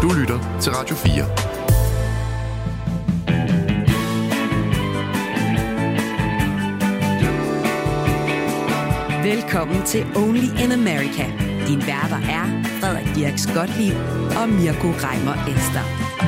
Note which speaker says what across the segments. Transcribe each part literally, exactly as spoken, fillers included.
Speaker 1: Du lytter til Radio fire.
Speaker 2: Velkommen til Only in America. Din værter er Frederik Dirks Gottlieb og Mirko Reimer Ester.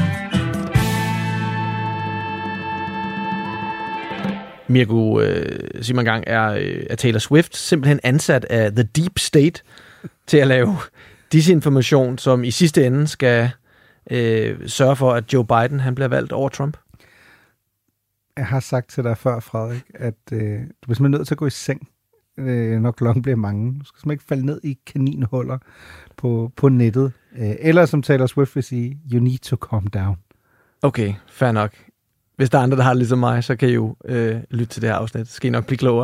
Speaker 3: Mirko, øh, sig mig engang, er, øh, er Taylor Swift simpelthen ansat af The Deep State til at lave disinformation, som i sidste ende skal øh, sørge for, at Joe Biden han bliver valgt over Trump?
Speaker 4: Jeg har sagt til dig før, Frederik, at øh, du bliver simpelthen nødt til at gå i seng, øh, når klokken bliver mange. Du skal simpelthen ikke falde ned i kaninhuller på, på nettet. Øh, eller som Taylor Swift vil sige, you need to calm down.
Speaker 3: Okay, fair nok. Hvis der er andre, der har det ligesom mig, så kan I jo øh, lytte til det her afsnit. Så skal I nok blive klogere.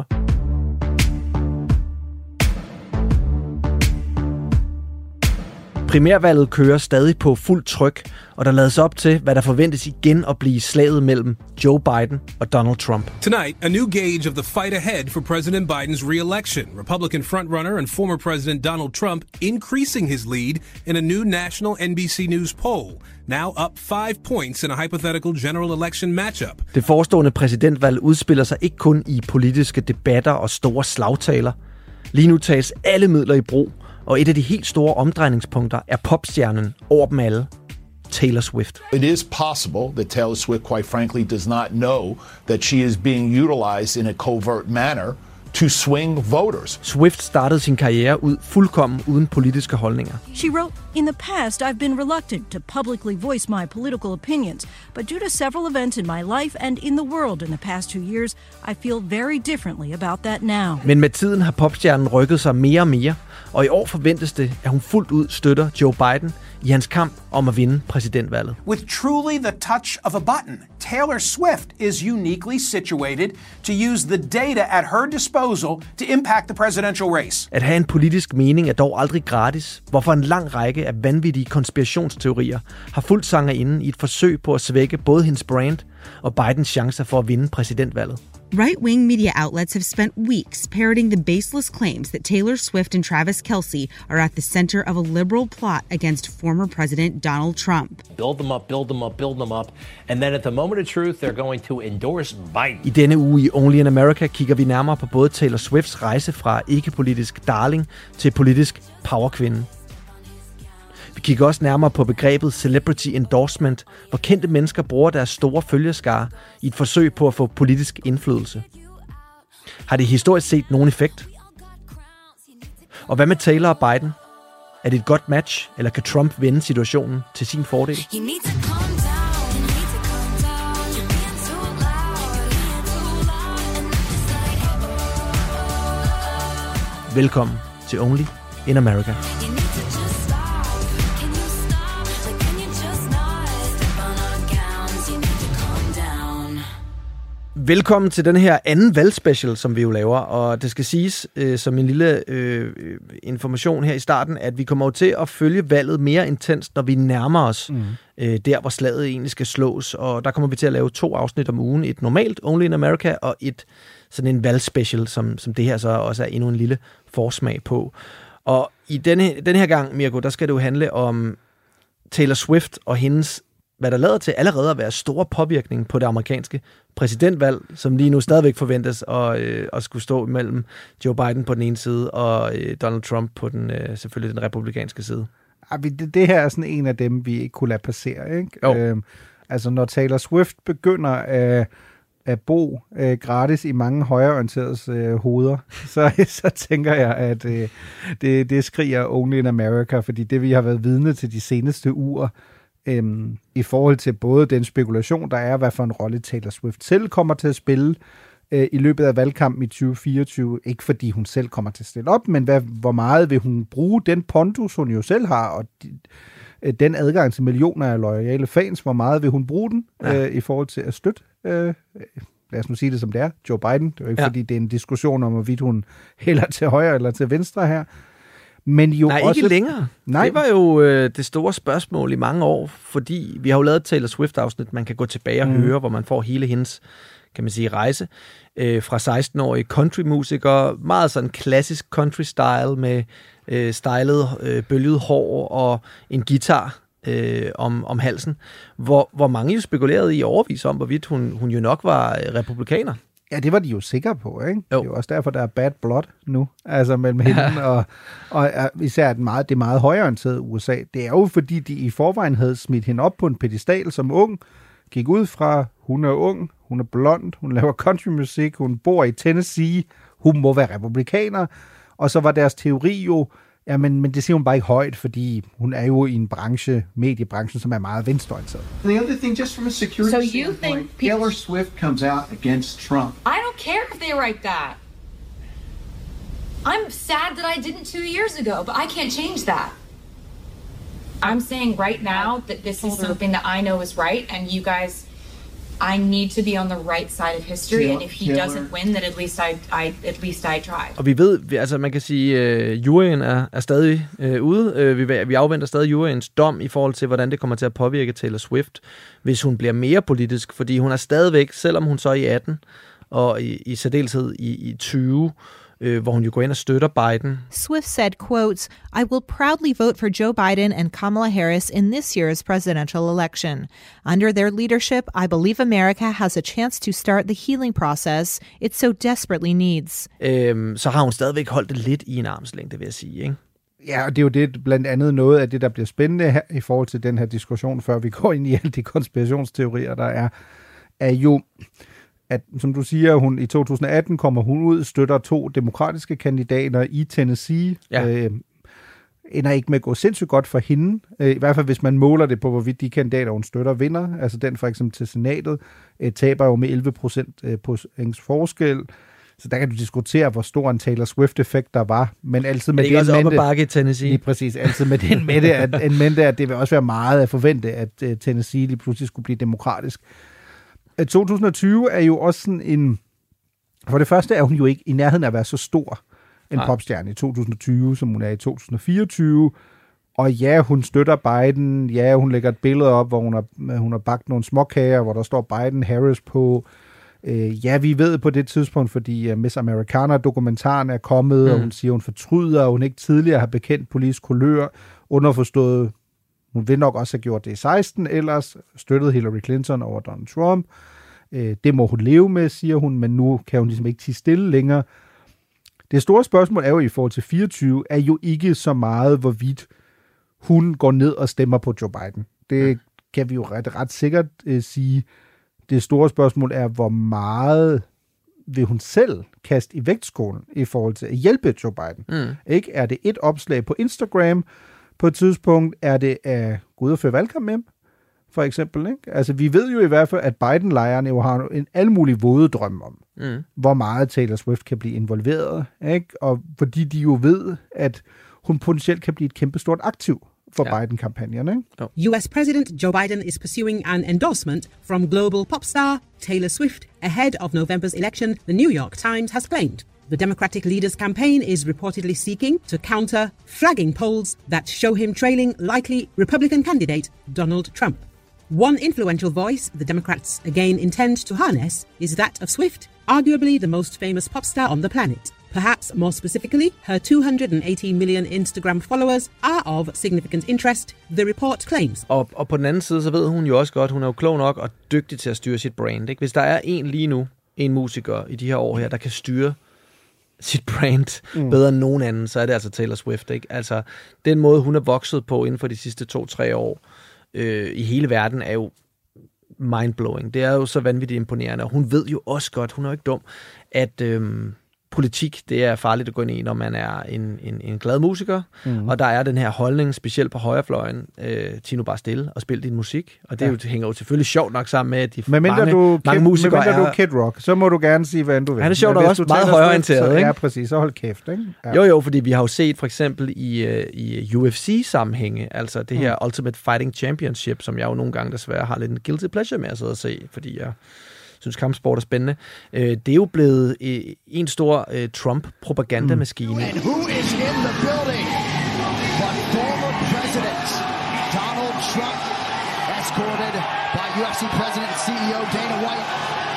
Speaker 3: Primærvalget kører stadig på fuld tryk, og der lades op til, hvad der forventes igen at blive slaget mellem Joe Biden og Donald Trump.
Speaker 5: Tonight, a new gauge of the fight ahead for President Biden's re-election. Republican frontrunner and former President Donald Trump increasing his lead in a new national N B C News poll. Now up five points in a hypothetical general election matchup.
Speaker 3: Det forestående præsidentvalg udspiller sig ikke kun i politiske debatter og store slagtaler. Lige nu tages alle midler i brug, og et af de helt store omdrejningspunkter er popstjernen over dem alle, Taylor Swift.
Speaker 6: It is possible that Taylor Swift, quite frankly, does not know that she is being utilized in a covert manner to swing voters.
Speaker 3: Swift startede sin karriere ud fuldkommen uden politiske holdninger.
Speaker 7: She wrote, "In the past, I've been reluctant to publicly voice my political opinions, but due to several events in my life and in the world in the past two years, I feel very differently about that now."
Speaker 3: Men med tiden har popstjernen rykket sig mere og mere, og i år forventes det, at hun fuldt ud støtter Joe Biden i hans kamp om at vinde præsidentvalget.
Speaker 8: With truly the touch of a button, Taylor Swift is uniquely situated to use the data at her disposal to impact the presidential race.
Speaker 3: At have en politisk mening er dog aldrig gratis, hvorfor en lang række af vanvittige konspirationsteorier har fulgt sangerinden i et forsøg på at svække både hendes brand og Bidens chancer for at vinde præsidentvalget.
Speaker 9: Right-wing media outlets have spent weeks parroting the baseless claims that Taylor Swift and Travis Kelce are at the center of a liberal plot against former President Donald Trump.
Speaker 10: Build them up, build them up, build them up, and then at the moment of truth, they're going to endorse Biden.
Speaker 3: I denne uge i Only in America kigger vi nærmere på både Taylor Swifts rejse fra ikke-politisk darling til politisk powerkvinde. Vi kigger også nærmere på begrebet celebrity endorsement, hvor kendte mennesker bruger deres store følgeskare i et forsøg på at få politisk indflydelse. Har det historisk set nogen effekt? Og hvad med Taylor og Biden? Er det et godt match, eller kan Trump vende situationen til sin fordel? Velkommen til Only in America. Velkommen til den her anden valgspecial, som vi jo laver, og det skal siges øh, som en lille øh, information her i starten, at vi kommer jo til at følge valget mere intenst, når vi nærmer os mm. øh, der, hvor slaget egentlig skal slås, og der kommer vi til at lave to afsnit om ugen, et normalt Only in America, og et sådan en valgspecial, som, som det her så også er endnu en lille forsmag på. Og i denne, denne her gang, Mirko, der skal det jo handle om Taylor Swift og hendes, hvad der lader til allerede at være store påvirkning på det amerikanske præsidentvalg, som lige nu stadigvæk forventes at, øh, at skulle stå mellem Joe Biden på den ene side og øh, Donald Trump på den øh, selvfølgelig den republikanske side.
Speaker 4: Det, det her er sådan en af dem, vi ikke kunne lade passere, ikke? Øhm, altså, når Taylor Swift begynder at, at bo øh, gratis i mange højreorienteredes øh, hoveder, så, så tænker jeg, at øh, det, det skriger Only in America, fordi det, vi har været vidne til de seneste uger, Øhm, i forhold til både den spekulation, der er, hvad for en rolle Taylor Swift selv kommer til at spille øh, i løbet af valgkampen i tyve fireogtyve. Ikke fordi hun selv kommer til at stille op, men hvad, hvor meget vil hun bruge den pondus, hun jo selv har, og de, øh, den adgang til millioner af loyale fans, hvor meget vil hun bruge den ja. øh, i forhold til at støtte, øh, lad os nu sige det som det er, Joe Biden. Det er jo ikke ja. fordi, det er en diskussion om, hvorvidt hun hælder til højre eller til venstre her. Men jo
Speaker 3: Nej,
Speaker 4: også...
Speaker 3: ikke længere. Nej. Det var jo øh, det store spørgsmål i mange år, fordi vi har jo lavet Taylor Swift-afsnit, man kan gå tilbage og mm. høre, hvor man får hele hendes, kan man sige, rejse øh, fra seksten-årige countrymusiker, meget sådan klassisk country-style med øh, stylet, øh, bølget hår og en guitar øh, om, om halsen, hvor, hvor mange jo spekulerede i overvis om, hvorvidt hun, hun jo nok var republikaner.
Speaker 4: Ja, det var de jo sikre på, ikke?
Speaker 3: Jo.
Speaker 4: Det er jo også derfor, der er bad blood nu, altså mellem hende ja. og, og især det meget, det meget højreorienterede U S A. Det er jo fordi, de i forvejen havde smidt hende op på en pedestal som ung, gik ud fra, hun er ung, hun er blond, hun laver countrymusik, hun bor i Tennessee, hun må være republikaner, og så var deres teori jo, ja, men, men det siger hun bare ikke højt, fordi hun er jo i en branche, mediebranchen, som er meget venstreorienteret.
Speaker 1: The other thing, just from a security
Speaker 11: so you
Speaker 1: standpoint,
Speaker 11: think people...
Speaker 1: Taylor Swift comes out against Trump.
Speaker 11: I don't care if they write that. I'm sad that I didn't two years ago, but I can't change that. I'm saying right now that this is something that I know is right, and you guys, I need to be on the right side of history, and if he doesn't win, then at least I, I at least I tried.
Speaker 3: Og vi ved, altså man kan sige, øh, juryen er, er stadig øh, ude. Øh, vi, vi afventer stadig juryens dom i forhold til, hvordan det kommer til at påvirke Taylor Swift, hvis hun bliver mere politisk, fordi hun er stadigvæk, selvom hun så er i atten, og i, i særdeleshed i, i tyve, øh, hvor hun jo går ind og støtter Biden.
Speaker 12: Swift said, quote, I will proudly vote for Joe Biden and Kamala Harris in this year's presidential election. Under their leadership, I believe America has a chance to start the healing process it so desperately needs.
Speaker 3: Øhm, så har hun stadigvæk holdt det lidt i en armslængde, vil jeg sige, ikke?
Speaker 4: Ja, og det er jo det, blandt andet noget af det, der bliver spændende her i forhold til den her diskussion, før vi går ind i alle de konspirationsteorier, der er, er jo, at som du siger, hun i to tusind atten kommer hun ud, støtter to demokratiske kandidater i Tennessee, ja. øh, ender ikke med at gå sindssygt godt for hende, øh, i hvert fald hvis man måler det på, hvorvidt de kandidater, hun støtter, vinder, altså den for eksempel til senatet, øh, taber jo med elleve procent øh, på ens forskel. Så der kan du diskutere, hvor stor en Taylor Swift-effekt der var, men altid med
Speaker 3: det er mente... bakke i Tennessee.
Speaker 4: Lige præcis, altid med den mente, at, en mente, at det vil også være meget at forvente, at uh, Tennessee lige pludselig skulle blive demokratisk. Uh, to tusind og tyve er jo også sådan en... For det første er hun jo ikke i nærheden af at være så stor en Nej. popstjerne i to tusind og tyve, som hun er i to tusind og fireogtyve. Og ja, hun støtter Biden. Ja, hun lægger et billede op, hvor hun har, hun har bagt nogle småkager, hvor der står Biden-Harris på. Ja, vi ved på det tidspunkt, fordi Miss Americana-dokumentaren er kommet, mm. og hun siger, hun fortryder, og hun ikke tidligere har bekendt politisk kulør, underforstået, hun vil nok også have gjort det i seksten, ellers støttede Hillary Clinton over Donald Trump. Det må hun leve med, siger hun, men nu kan hun ligesom ikke tie stille længere. Det store spørgsmål er jo i forhold til fireogtyve, er jo ikke så meget, hvorvidt hun går ned og stemmer på Joe Biden. Det mm. kan vi jo ret, ret sikkert uh, sige. Det store spørgsmål er, hvor meget vil hun selv kaste i vægtskålen i forhold til at hjælpe Joe Biden? Mm. Ikke? Er det et opslag på Instagram på et tidspunkt? Er det at gå ud og føre valgkamp med dem, for eksempel? Ikke? Altså, vi ved jo i hvert fald, at Biden-lejrene jo har en alle mulige våde drømme om, mm. hvor meget Taylor Swift kan blive involveret. Ikke? Og fordi de jo ved, at hun potentielt kan blive et kæmpestort aktiv for yeah. Biden-kampagnen, ikke?
Speaker 13: Oh. U S President Joe Biden is pursuing an endorsement from global pop star Taylor Swift ahead of November's election, the New York Times has claimed. The Democratic leader's campaign is reportedly seeking to counter flagging polls that show him trailing likely Republican candidate Donald Trump. One influential voice the Democrats again intend to harness is that of Swift, arguably the most famous pop star on the planet. Perhaps more specifically, her two hundred eighty million Instagram followers are of significant interest, the report claims.
Speaker 3: Og, og på den anden side, så ved hun jo også godt, hun er jo klog nok og dygtig til at styre sit brand. Ikke? Hvis der er en lige nu, en musiker i de her år her, der kan styre sit brand mm. bedre end nogen anden, så er det altså Taylor Swift. Ikke? Altså, den måde, hun er vokset på inden for de sidste to-tre år øh, i hele verden, er jo mindblowing. Det er jo så vanvittigt imponerende, og hun ved jo også godt, hun er jo ikke dum, at... Øh, politik, det er farligt at gå ind i, når man er en, en, en glad musiker, mm. og der er den her holdning, specielt på højrefløjen, øh, Tino bare stille og spil din musik, og det ja. jo, hænger jo selvfølgelig sjovt nok sammen med, at de
Speaker 4: men
Speaker 3: mange,
Speaker 4: du
Speaker 3: mange
Speaker 4: kid,
Speaker 3: musikere
Speaker 4: men
Speaker 3: er...
Speaker 4: du er Kid Rock, så må du gerne sige, hvad du vil.
Speaker 3: Han er sjovt også meget højreorienteret, ikke?
Speaker 4: Ja, præcis, så hold kæft, ikke? Ja.
Speaker 3: Jo, jo, fordi vi har jo set for eksempel i, uh, i U F C-sammenhænge, altså det her mm. Ultimate Fighting Championship, som jeg jo nogle gange desværre har lidt en guilty pleasure med at sidde og se, fordi jeg synes, kampsport er spændende. Det er jo blevet en stor Trump-propagandamaskine. Mm.
Speaker 14: And who is in the building but former President Donald Trump, escorted by U F C President and C E O Dana White.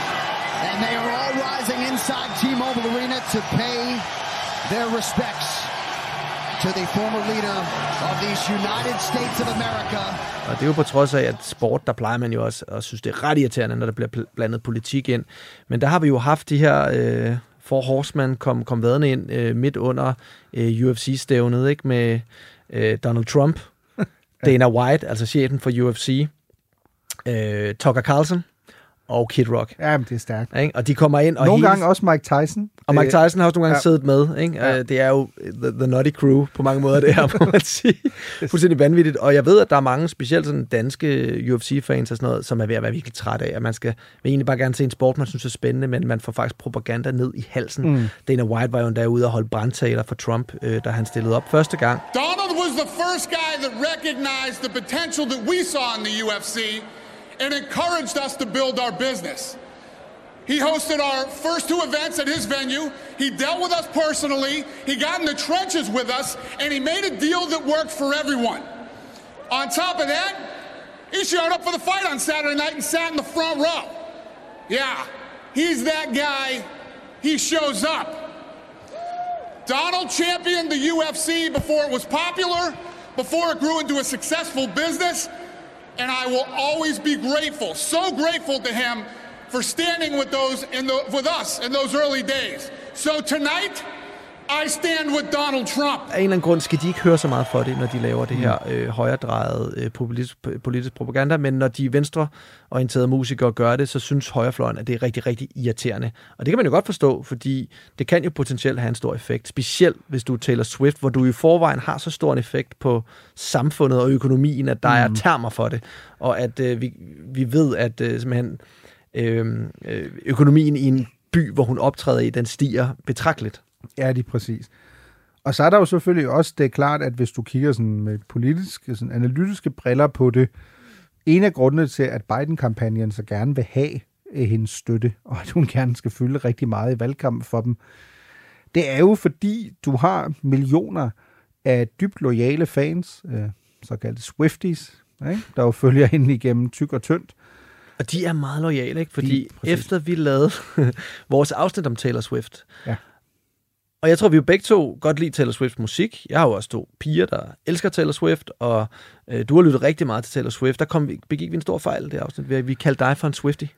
Speaker 14: And they are all rising inside T-Mobile Arena to pay their respects to the former leader of these United States of America.
Speaker 3: Og det er jo på trods af, at sport, der plejer man jo også at synes, det er ret irriterende, når der bliver blandet politik ind. Men der har vi jo haft de her øh, Four Horsemen kom, kom vadende ind øh, midt under øh, U F C-stævnet, ikke? Med øh, Donald Trump, Dana White, altså chefen for U F C, øh, Tucker Carlson og Kid Rock.
Speaker 4: Ja, men det er stærkt.
Speaker 3: Ikke? Og de kommer ind og
Speaker 4: nogle
Speaker 3: hele...
Speaker 4: gange også Mike Tyson.
Speaker 3: Og Mike Tyson har også nogle gange ja. siddet med. Ikke?
Speaker 4: Ja.
Speaker 3: Det er jo the, the Nutty Crew på mange måder, det her, må man sige. Fuldstændig vanvittigt. Og jeg ved, at der er mange, specielt sådan danske U F C-fans og sådan noget, som er ved at være virkelig træt af, at man skal vil egentlig bare gerne se en sport, man synes er spændende, men man får faktisk propaganda ned i halsen. Mm. Dana White var jo endda ude og holde brandtaler for Trump, øh, da han stillede op første gang.
Speaker 15: Donald was the first guy that recognized the potential that we saw in the U F C and encouraged us to build our business. He hosted our first two events at his venue. He dealt with us personally. He got in the trenches with us, and he made a deal that worked for everyone. On top of that, he showed up for the fight on Saturday night and sat in the front row. Yeah, he's that guy. He shows up. Donald championed the U F C before it was popular, before it grew into a successful business, and I will always be grateful, so grateful to him for standing with those in the, with us in those early days. So tonight, I stand with Donald Trump.
Speaker 3: Af en eller anden grund skal de ikke høre så meget for det, når de laver det her øh, højredrejede øh, politisk, politisk propaganda, men når de venstreorienterede musikere gør det, så synes højrefløjen, at det er rigtig, rigtig irriterende. Og det kan man jo godt forstå, fordi det kan jo potentielt have en stor effekt, specielt hvis du er Taylor Swift, hvor du i forvejen har så stor en effekt på samfundet og økonomien, at der mm. er termer for det, og at øh, vi, vi ved, at øh, simpelthen øh, økonomien i en by, hvor hun optræder i, den stiger betragteligt.
Speaker 4: Ja, det er præcis. Og så er der jo selvfølgelig også, det er klart, at hvis du kigger sådan med politiske, sådan analytiske briller på det, en af grundene til, at Biden-kampagnen så gerne vil have hendes støtte, og at hun gerne skal fylde rigtig meget i valgkampen for dem, det er jo fordi, du har millioner af dybt loyale fans, øh, såkaldte Swifties, ikke? Der jo følger hende igennem tyk og tyndt.
Speaker 3: Og de er meget loyale, ikke? Fordi de, efter vi lavede vores afsnit om Taylor Swift,
Speaker 4: ja.
Speaker 3: Og jeg tror, vi jo begge to godt lide Taylor Swifts musik. Jeg har jo også to piger, der elsker Taylor Swift, og øh, du har lyttet rigtig meget til Taylor Swift. Der kom vi, begik vi en stor fejl i det afsnit, vi, vi kaldte dig for en Swiftie.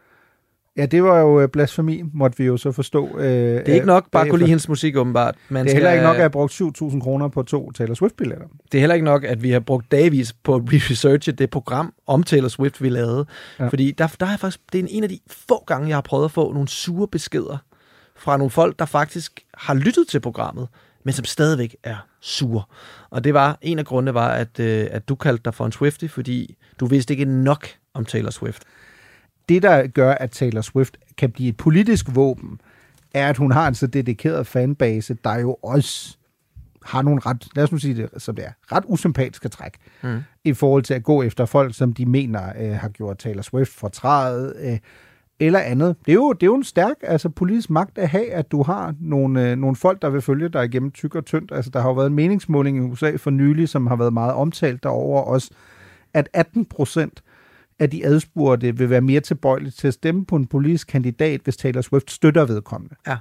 Speaker 4: Ja, det var jo blasfemi, måtte vi jo så forstå. Øh,
Speaker 3: det er ikke nok bare at kunne lide hendes musik, åbenbart. Man
Speaker 4: det er
Speaker 3: skal,
Speaker 4: heller ikke nok at have brugt syv tusind kroner på to Taylor Swift-billetter.
Speaker 3: Det er heller ikke nok, at vi har brugt dagvis på at researche det program om Taylor Swift, vi lavede. Ja. Fordi der, der er faktisk, det er en af de få gange, jeg har prøvet at få nogle sure beskeder fra nogle folk, der faktisk har lyttet til programmet, men som stadigvæk er sure. Og det var, en af grundene var, at, øh, at du kaldte dig for en Swiftie, fordi du vidste ikke nok om Taylor Swift.
Speaker 4: Det, der gør, at Taylor Swift kan blive et politisk våben, er, at hun har en så dedikeret fanbase, der jo også har nogle ret, lad os nu sige det, som det er, ret usympatiske træk, mm. i forhold til at gå efter folk, som de mener øh, har gjort Taylor Swift fortrædet, øh, eller andet. Det er, jo, det er jo en stærk altså, politisk magt at have, at du har nogle, øh, nogle folk, der vil følge dig igennem tyk og tyndt. Altså, der har jo været en meningsmåling i U S A for nylig, som har været meget omtalt derover også, at atten procent af de adspurgte vil være mere tilbøjelige til at stemme på en politisk kandidat, hvis Taylor Swift støtter vedkommende.
Speaker 3: Ja.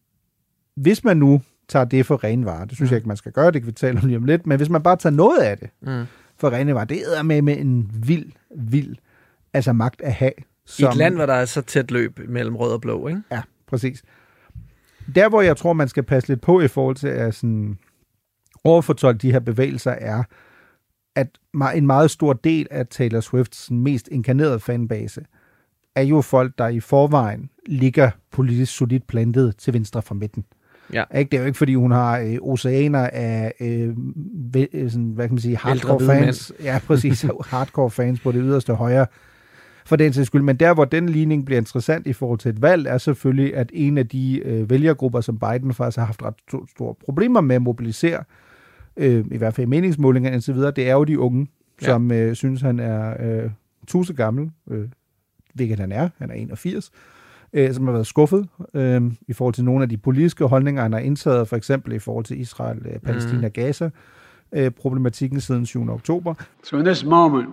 Speaker 4: Hvis man nu tager det for ren vare, det synes mm. jeg ikke, man skal gøre, det kan vi tale om lige om lidt, men hvis man bare tager noget af det mm. for ren vare, det er med, med en vild, vild altså magt at have.
Speaker 3: Som, I et land, hvor der er så tæt løb mellem rød og blå, ikke?
Speaker 4: Ja, præcis. Der, hvor jeg tror, man skal passe lidt på i forhold til at sådan overfortolke de her bevægelser, er, at en meget stor del af Taylor Swifts mest inkarnerede fanbase er jo folk, der i forvejen ligger politisk solidt plantet til venstre fra midten.
Speaker 3: Ja.
Speaker 4: Det er jo ikke, fordi hun har øh, oceaner af øh, sådan, hvad kan man sige, hardcore fans. Ja, præcis. Hardcore fans på det yderste højre. For den sags skyld. Men der, hvor den ligning bliver interessant i forhold til et valg, er selvfølgelig, at en af de øh, vælgergrupper, som Biden faktisk har haft ret store problemer med at mobilisere, øh, i hvert fald i meningsmålinger og så videre, det er jo de unge, ja. som øh, synes, han er øh, tusind gammel, øh, hvilket han er, han er enogfirs, øh, som har været skuffet øh, i forhold til nogle af de politiske holdninger, han har indtaget, for eksempel i forhold til Israel, øh, Palæstina, mm. Gaza, øh, problematikken siden syvende oktober.
Speaker 16: So in this moment,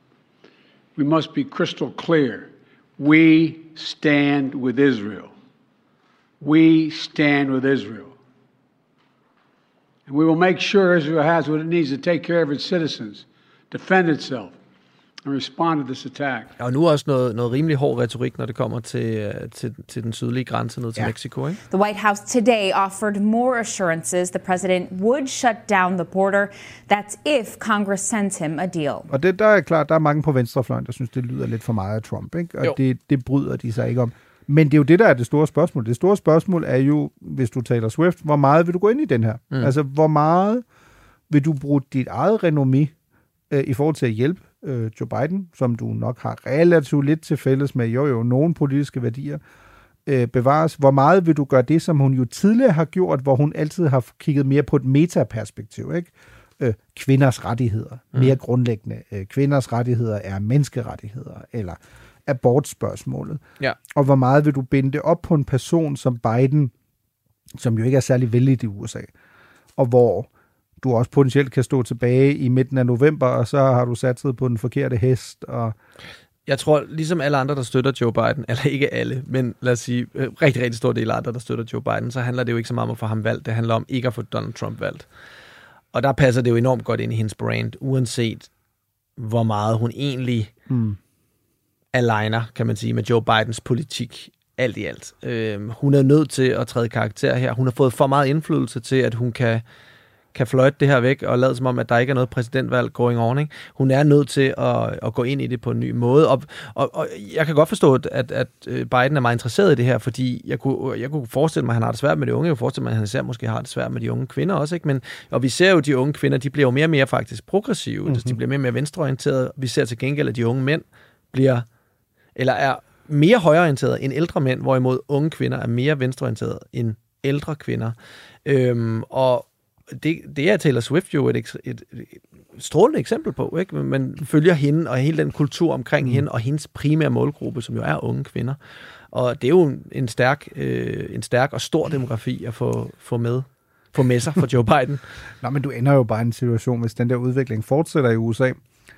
Speaker 16: we must be crystal clear. We stand with Israel. We stand with Israel. And we will make sure Israel has what it needs to take care of its citizens, defend itself, and respond to this attack.
Speaker 3: Og nu også noget, noget rimelig hård retorik, når det kommer til, til, til den sydlige grænse ned til yeah. Mexico, ikke?
Speaker 17: The White House today offered more assurances the president would shut down the border. That's if Congress sends him a deal.
Speaker 4: Og det der er klart, der er mange på venstrefløjen, der synes, det lyder lidt for meget af Trump, ikke? Og det, det bryder de sig ikke om. Men det er jo det, der er det store spørgsmål. Det store spørgsmål er jo, hvis du taler Swift, hvor meget vil du gå ind i den her? Mm. Altså, hvor meget vil du bruge dit eget renommé øh, i forhold til at hjælpe øh, Joe Biden, som du nok har relativt lidt til fælles med, jo jo, nogle politiske værdier, øh, bevares. Hvor meget vil du gøre det, som hun jo tidligere har gjort, hvor hun altid har kigget mere på et metaperspektiv, ikke? Øh, kvinders rettigheder, mere mm. grundlæggende. Øh, kvinders rettigheder er menneskerettigheder, eller abortspørgsmålet.
Speaker 3: Ja.
Speaker 4: Og hvor meget vil du binde det op på en person som Biden, som jo ikke er særlig vældig i U S A, og hvor du også potentielt kan stå tilbage i midten af november, og så har du satset på den forkerte hest. Og
Speaker 3: jeg tror, ligesom alle andre, der støtter Joe Biden, eller ikke alle, men lad os sige, rigtig, rigtig stor del af andre, der støtter Joe Biden, så handler det jo ikke så meget om at få ham valgt. Det handler om ikke at få Donald Trump valgt. Og der passer det jo enormt godt ind i hendes brand, uanset hvor meget hun egentlig mm. aligner, kan man sige, med Joe Bidens politik, alt i alt. Øh, hun er nødt til at træde karakter her. Hun har fået for meget indflydelse til, at hun kan, kan fløjte det her væk og lade som om, at der ikke er noget præsidentvalg going on. Ikke? Hun er nødt til at, at gå ind i det på en ny måde. Og, og, og jeg kan godt forstå, at, at Biden er meget interesseret i det her, fordi jeg kunne, jeg kunne forestille mig, at han har det svært med de unge. Jeg kunne forestille mig, at han især måske har det svært med de unge kvinder også. Ikke? Men, og vi ser jo, at de unge kvinder, de bliver jo mere og mere faktisk progressive. Mm-hmm. De bliver mere og mere venstreorienterede. Vi ser til gengæld, at de unge mænd bliver eller er mere højreorienterede end ældre mænd, hvorimod unge kvinder er mere venstreorienterede end ældre kvinder. Øhm, og det, det er Taylor Swift jo et, et, et, et strålende eksempel på, ikke? Man følger hende og hele den kultur omkring mm. hende og hendes primære målgruppe, som jo er unge kvinder. Og det er jo en stærk, øh, en stærk og stor demografi at få, få med. Få med sig for Joe Biden.
Speaker 4: Nå, men du ender jo bare i en situation, hvis den der udvikling fortsætter i U S A,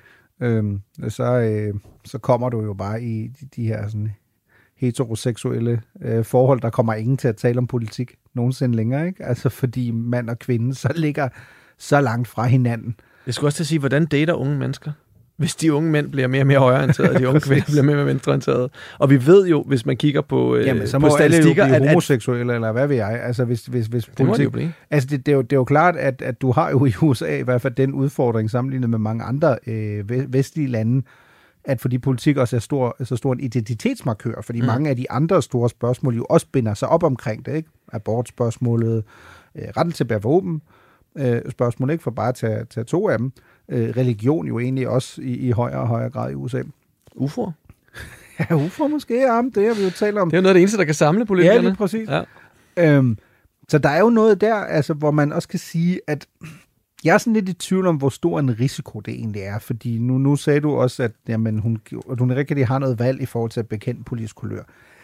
Speaker 4: Øhm, så, øh, så kommer du jo bare i de, de her sådan, heteroseksuelle øh, forhold, der kommer ingen til at tale om politik nogensinde længere, ikke? Altså fordi mand og kvinde så ligger så langt fra hinanden.
Speaker 3: Jeg skulle også til at sige, hvordan dater unge mennesker? Hvis de unge mænd bliver mere og mere højreorienterede, og de unge kvinder bliver mere og mere venstreorienterede. Og vi ved jo, hvis man kigger på øh,
Speaker 4: Jamen, så må alle jo blive homoseksuelle, eller hvad ved jeg. Altså, hvis, hvis, hvis
Speaker 3: det politik, må det jo blive.
Speaker 4: Altså, det, det, er jo, det er jo klart, at, at du har jo i U S A i hvert fald den udfordring, sammenlignet med mange andre øh, vestlige lande, at fordi politik også er stor, så stor en identitetsmarkør, fordi mm. mange af de andre store spørgsmål jo også binder sig op omkring det, ikke? Abortspørgsmålet, øh, retten til at bære våben, øh, spørgsmål, ikke? For bare at tage, tage to af dem. Øh, religion jo egentlig også i, i højere og højere grad i U S A.
Speaker 3: U F O'er?
Speaker 4: Ja, U F O'er måske, ja, det har vi jo talt om.
Speaker 3: Det er jo noget af det eneste, der kan samle politikerne.
Speaker 4: Ja, lige præcis. Ja. Øhm, så der er jo noget der, altså, hvor man også kan sige, at jeg er sådan lidt i tvivl om, hvor stor en risiko det egentlig er, fordi nu, nu sagde du også, at jamen, hun, hun rigtig har noget valg i forhold til at bekende politisk kulør.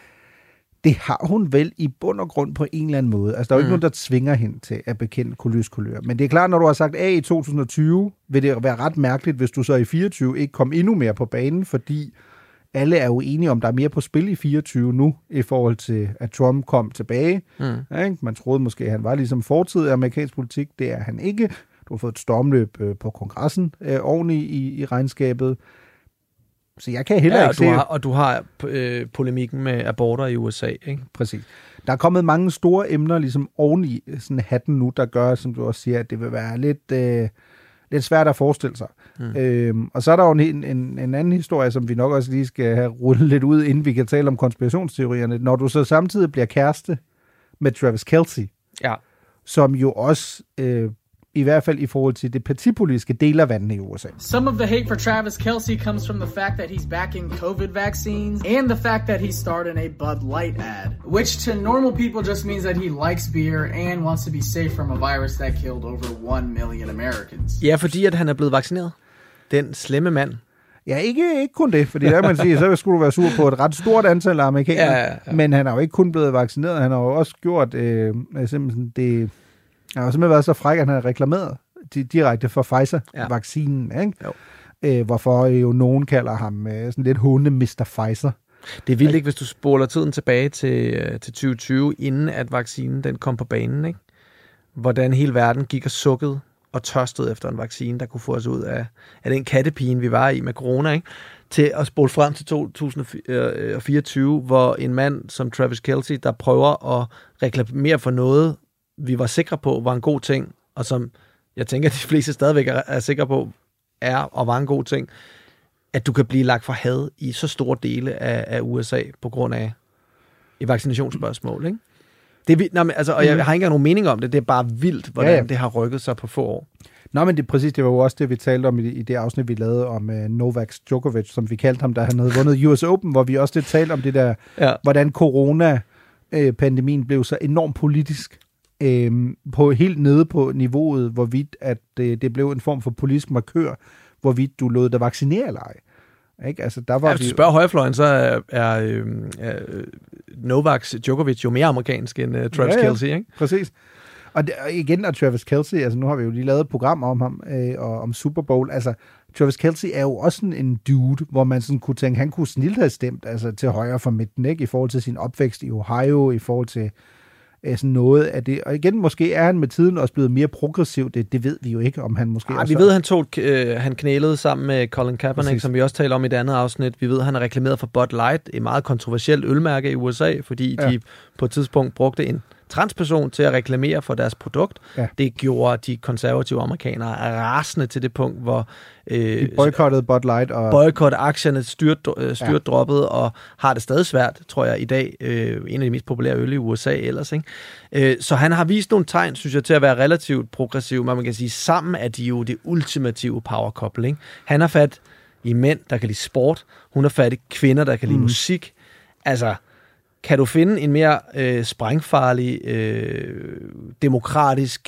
Speaker 4: Det har hun vel i bund og grund på en eller anden måde. Altså, der er jo ikke mm. nogen, der tvinger hende til at bekende politisk kulør. Men det er klart, når du har sagt A i to tusind og tyve, vil det være ret mærkeligt, hvis du så i fireogtyve ikke kom endnu mere på banen, fordi alle er jo enige om, der er mere på spil i fireogtyve nu, i forhold til, at Trump kom tilbage. Mm. Ja, man troede måske, at han var ligesom fortid af amerikansk politik. Det er han ikke. Du har fået et stormløb øh, på kongressen øh, oven i, i, i regnskabet. Så jeg kan heller
Speaker 3: ja,
Speaker 4: ikke
Speaker 3: se... Har, og du har øh, polemikken med aborter i U S A, ikke?
Speaker 4: Præcis. Der er kommet mange store emner ligesom oven i sådan hatten nu, der gør, som du også siger, at det vil være lidt, øh, lidt svært at forestille sig. Mm. Øhm, og så er der jo en, en, en anden historie, som vi nok også lige skal have rullet lidt ud, inden vi kan tale om konspirationsteorierne. Når du så samtidig bliver kæreste med Travis Kelce,
Speaker 3: ja.
Speaker 4: som jo også... Øh, i hvert fald i forhold til det partipolitiske del af vandene i U S A.
Speaker 18: Some of the hate for Travis Kelce comes from the fact that he's backing COVID vaccines and the fact that he starred in a Bud Light ad, which to normal people just means that he likes beer and wants to be safe from a virus that killed over one million Americans.
Speaker 3: Ja, fordi at han er blevet vaccineret. Den slemme mand.
Speaker 4: Ja, ikke, ikke kun det, fordi der man siger, så skulle du være sur på et ret stort antal af amerikanere, ja, ja, ja. Men han har jo ikke kun blevet vaccineret, han har jo også gjort øh, simpelthen det... Han har simpelthen været så fræk, at han har reklameret direkte for Pfizer-vaccinen, ja. Ikke? Øh, hvorfor jo nogen kalder ham øh, sådan lidt hunde mister Pfizer.
Speaker 3: Det er vildt ikke, hvis du spoler tiden tilbage til, til tyve tyve, inden at vaccinen den kom på banen, ikke? hvordan hele verden gik og sukkede og tørstede efter en vaccine, der kunne få os ud af, af den kattepine, vi var i med corona, ikke? Til at spole frem til to tusind og fireogtyve, hvor en mand som Travis Kelce, der prøver at reklamere for noget, vi var sikre på, var en god ting, og som jeg tænker, de fleste stadigvæk er, er sikre på, er og var en god ting, at du kan blive lagt for had i så store dele af, af U S A på grund af et vaccinationsspørgsmål, ikke? Det er, nej, men, altså, og jeg har ikke nogen mening om det, det er bare vildt, hvordan ja, ja. det har rykket sig på få år.
Speaker 4: Nå, men det præcis, det var jo også det, vi talte om i, i det afsnit, vi lavede om uh, Novak Djokovic, som vi kaldte ham, da han havde vundet U S Open, hvor vi også lidt talte om det der, ja. hvordan corona-pandemien øh, blev så enormt politisk, øh, på helt nede på niveauet, hvorvidt at øh, det blev en form for politisk markør, hvorvidt du lod dig vaccinere eller ej. Ikke? Altså, der var
Speaker 3: ja, hvis du spørger højrefløjen, så er, er, øh, er Novak Djokovic jo mere amerikansk end uh, Travis ja, ja. Kelce, ikke?
Speaker 4: Præcis. Og, det, og igen, og Travis Kelce, altså nu har vi jo lige lavet et program om ham, øh, og om Super Bowl, altså Travis Kelce er jo også sådan en dude, hvor man sådan kunne tænke, han kunne snilt have stemt altså, til højre for midten, ikke? I forhold til sin opvækst i Ohio, i forhold til øh, sådan noget af det. Og igen, måske er han med tiden også blevet mere progressiv, det, det ved vi jo ikke, om han måske
Speaker 3: Ej,
Speaker 4: også...
Speaker 3: vi ved, han tog, øh, han knælede sammen med Colin Kaepernick, Præcis. som vi også taler om i det andet afsnit. Vi ved, han har reklameret for Bud Light, et meget kontroversielt ølmærke i U S A, fordi ja. de på et tidspunkt brugte en transperson til at reklamere for deres produkt. Ja. Det gjorde de konservative amerikanere rasende til det punkt, hvor
Speaker 4: øh, de boykottede Bud Light og
Speaker 3: boykot-aktierne styrt, øh, styrt ja. droppet, og har det stadig svært, tror jeg, i dag. Øh, en af de mest populære øl i U S A ellers. Ikke? Øh, så han har vist nogle tegn, synes jeg, til at være relativt progressiv, men man kan sige, sammen er de jo det ultimative power couple. Ikke? Han har fat i mænd, der kan lide sport. Hun har fat i kvinder, der kan lide mm. musik. Altså, kan du finde en mere øh, sprængfarlig, øh, demokratisk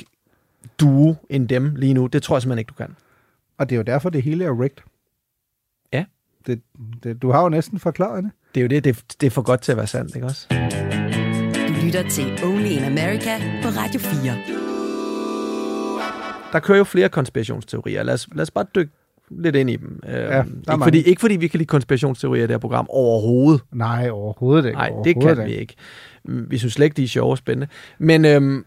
Speaker 3: duo end dem lige nu? Det tror jeg simpelthen ikke, du kan.
Speaker 4: Og det er jo derfor, det hele er rigged.
Speaker 3: Ja.
Speaker 4: Det, det, du har jo næsten forklaret det.
Speaker 3: Det er jo det, det, det er for godt til at være sandt, ikke også?
Speaker 2: Du lytter til Only in America på Radio fire.
Speaker 3: Der kører jo flere konspirationsteorier. Lad os, lad os bare dykke lidt ind i dem.
Speaker 4: Ja,
Speaker 3: ikke, fordi, ikke fordi vi kan lide konspirationsteorier i det her program overhovedet.
Speaker 4: Nej, overhovedet ikke.
Speaker 3: Nej, det kan vi ikke. Vi synes slet ikke, de er sjove og spændende. Men øhm,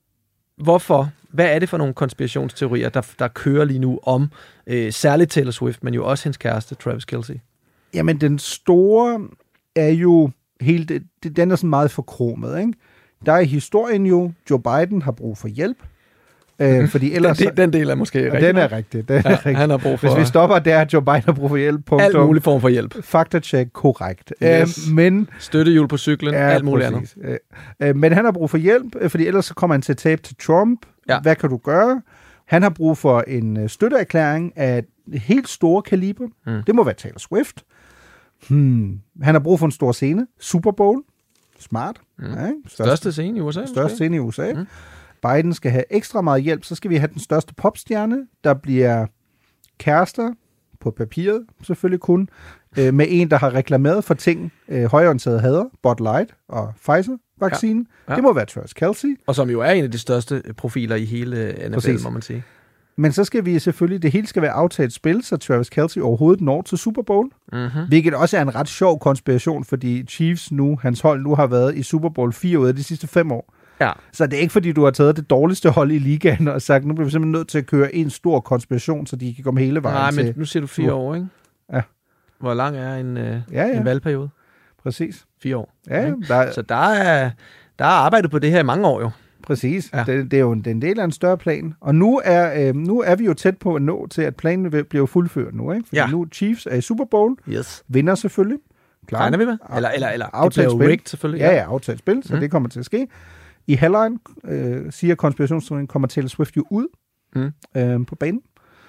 Speaker 3: hvorfor? Hvad er det for nogle konspirationsteorier, der, der kører lige nu om øh, særligt Taylor Swift, men jo også hendes kæreste, Travis Kelce?
Speaker 4: Jamen, den store er jo helt... Det, den er sådan meget forkromet, ikke? Der er i historien jo, Joe Biden har brug for hjælp. Øh, fordi ellers,
Speaker 3: den, den del er måske rigtig.
Speaker 4: Den er rigtig. Den
Speaker 3: ja,
Speaker 4: er rigtig.
Speaker 3: Han har brug for...
Speaker 4: Hvis vi stopper der, at Joe Biden har brug for hjælp. Punktum.
Speaker 3: Alt mulig form for hjælp.
Speaker 4: Fakta-check, korrekt.
Speaker 3: Yes.
Speaker 4: Øh, men,
Speaker 3: Støttehjul på cyklen, ja, alt muligt
Speaker 4: præcis. andet. Øh, men han har brug for hjælp, fordi ellers så kommer han til at tabe til Trump. Ja. Hvad kan du gøre? Han har brug for en støtteerklæring af helt store kaliber. Mm. Det må være Taylor Swift. Hmm. Han har brug for en stor scene. Super Bowl. Smart.
Speaker 3: Mm. Ja, største, største scene i U S A.
Speaker 4: Største scene i U S A. Mm. Biden skal have ekstra meget hjælp, så skal vi have den største popstjerne, der bliver kærester på papiret, selvfølgelig kun, øh, med en, der har reklameret for ting, øh, højreorienterede hader, Bud Light og Pfizer-vaccinen. Ja. Ja. Det må være Travis Kelce.
Speaker 3: Og som jo er en af de største profiler i hele N F L, må man sige.
Speaker 4: Men så skal vi selvfølgelig, det hele skal være aftalt spil, så Travis Kelce overhovedet når til Super Bowl. Mm-hmm. Hvilket også er en ret sjov konspiration, fordi Chiefs nu, hans hold nu har været i Super Bowl fire ud af de sidste fem år.
Speaker 3: Ja.
Speaker 4: Så det er ikke, fordi du har taget det dårligste hold i ligaen og sagt, nu bliver vi simpelthen nødt til at køre en stor konspiration, så de kan komme hele vejen
Speaker 3: Nej,
Speaker 4: til...
Speaker 3: men nu siger du fire år, ikke?
Speaker 4: Ja.
Speaker 3: Hvor lang er en, øh,
Speaker 4: ja, ja.
Speaker 3: en valgperiode?
Speaker 4: Præcis.
Speaker 3: Fire år.
Speaker 4: Ja,
Speaker 3: okay.
Speaker 4: der...
Speaker 3: Så der er, der er arbejdet på det her i mange år jo.
Speaker 4: Præcis. Ja. Det, det er jo en, en del af en større plan. Og nu er, øh, nu er vi jo tæt på at nå til, at planen bliver fuldført nu, ikke? Fordi ja. nu Chiefs er i Super Bowl.
Speaker 3: Yes.
Speaker 4: Vinder selvfølgelig.
Speaker 3: Klar. Regner vi med? Eller, eller, eller det bliver jo rigged selvfølgelig.
Speaker 4: Ja, ja, aftalt spil, så mm. det kommer til at ske. I halvlejen øh, siger konspirationsteorien, kommer Taylor Swift jo ud mm. øh, på banen.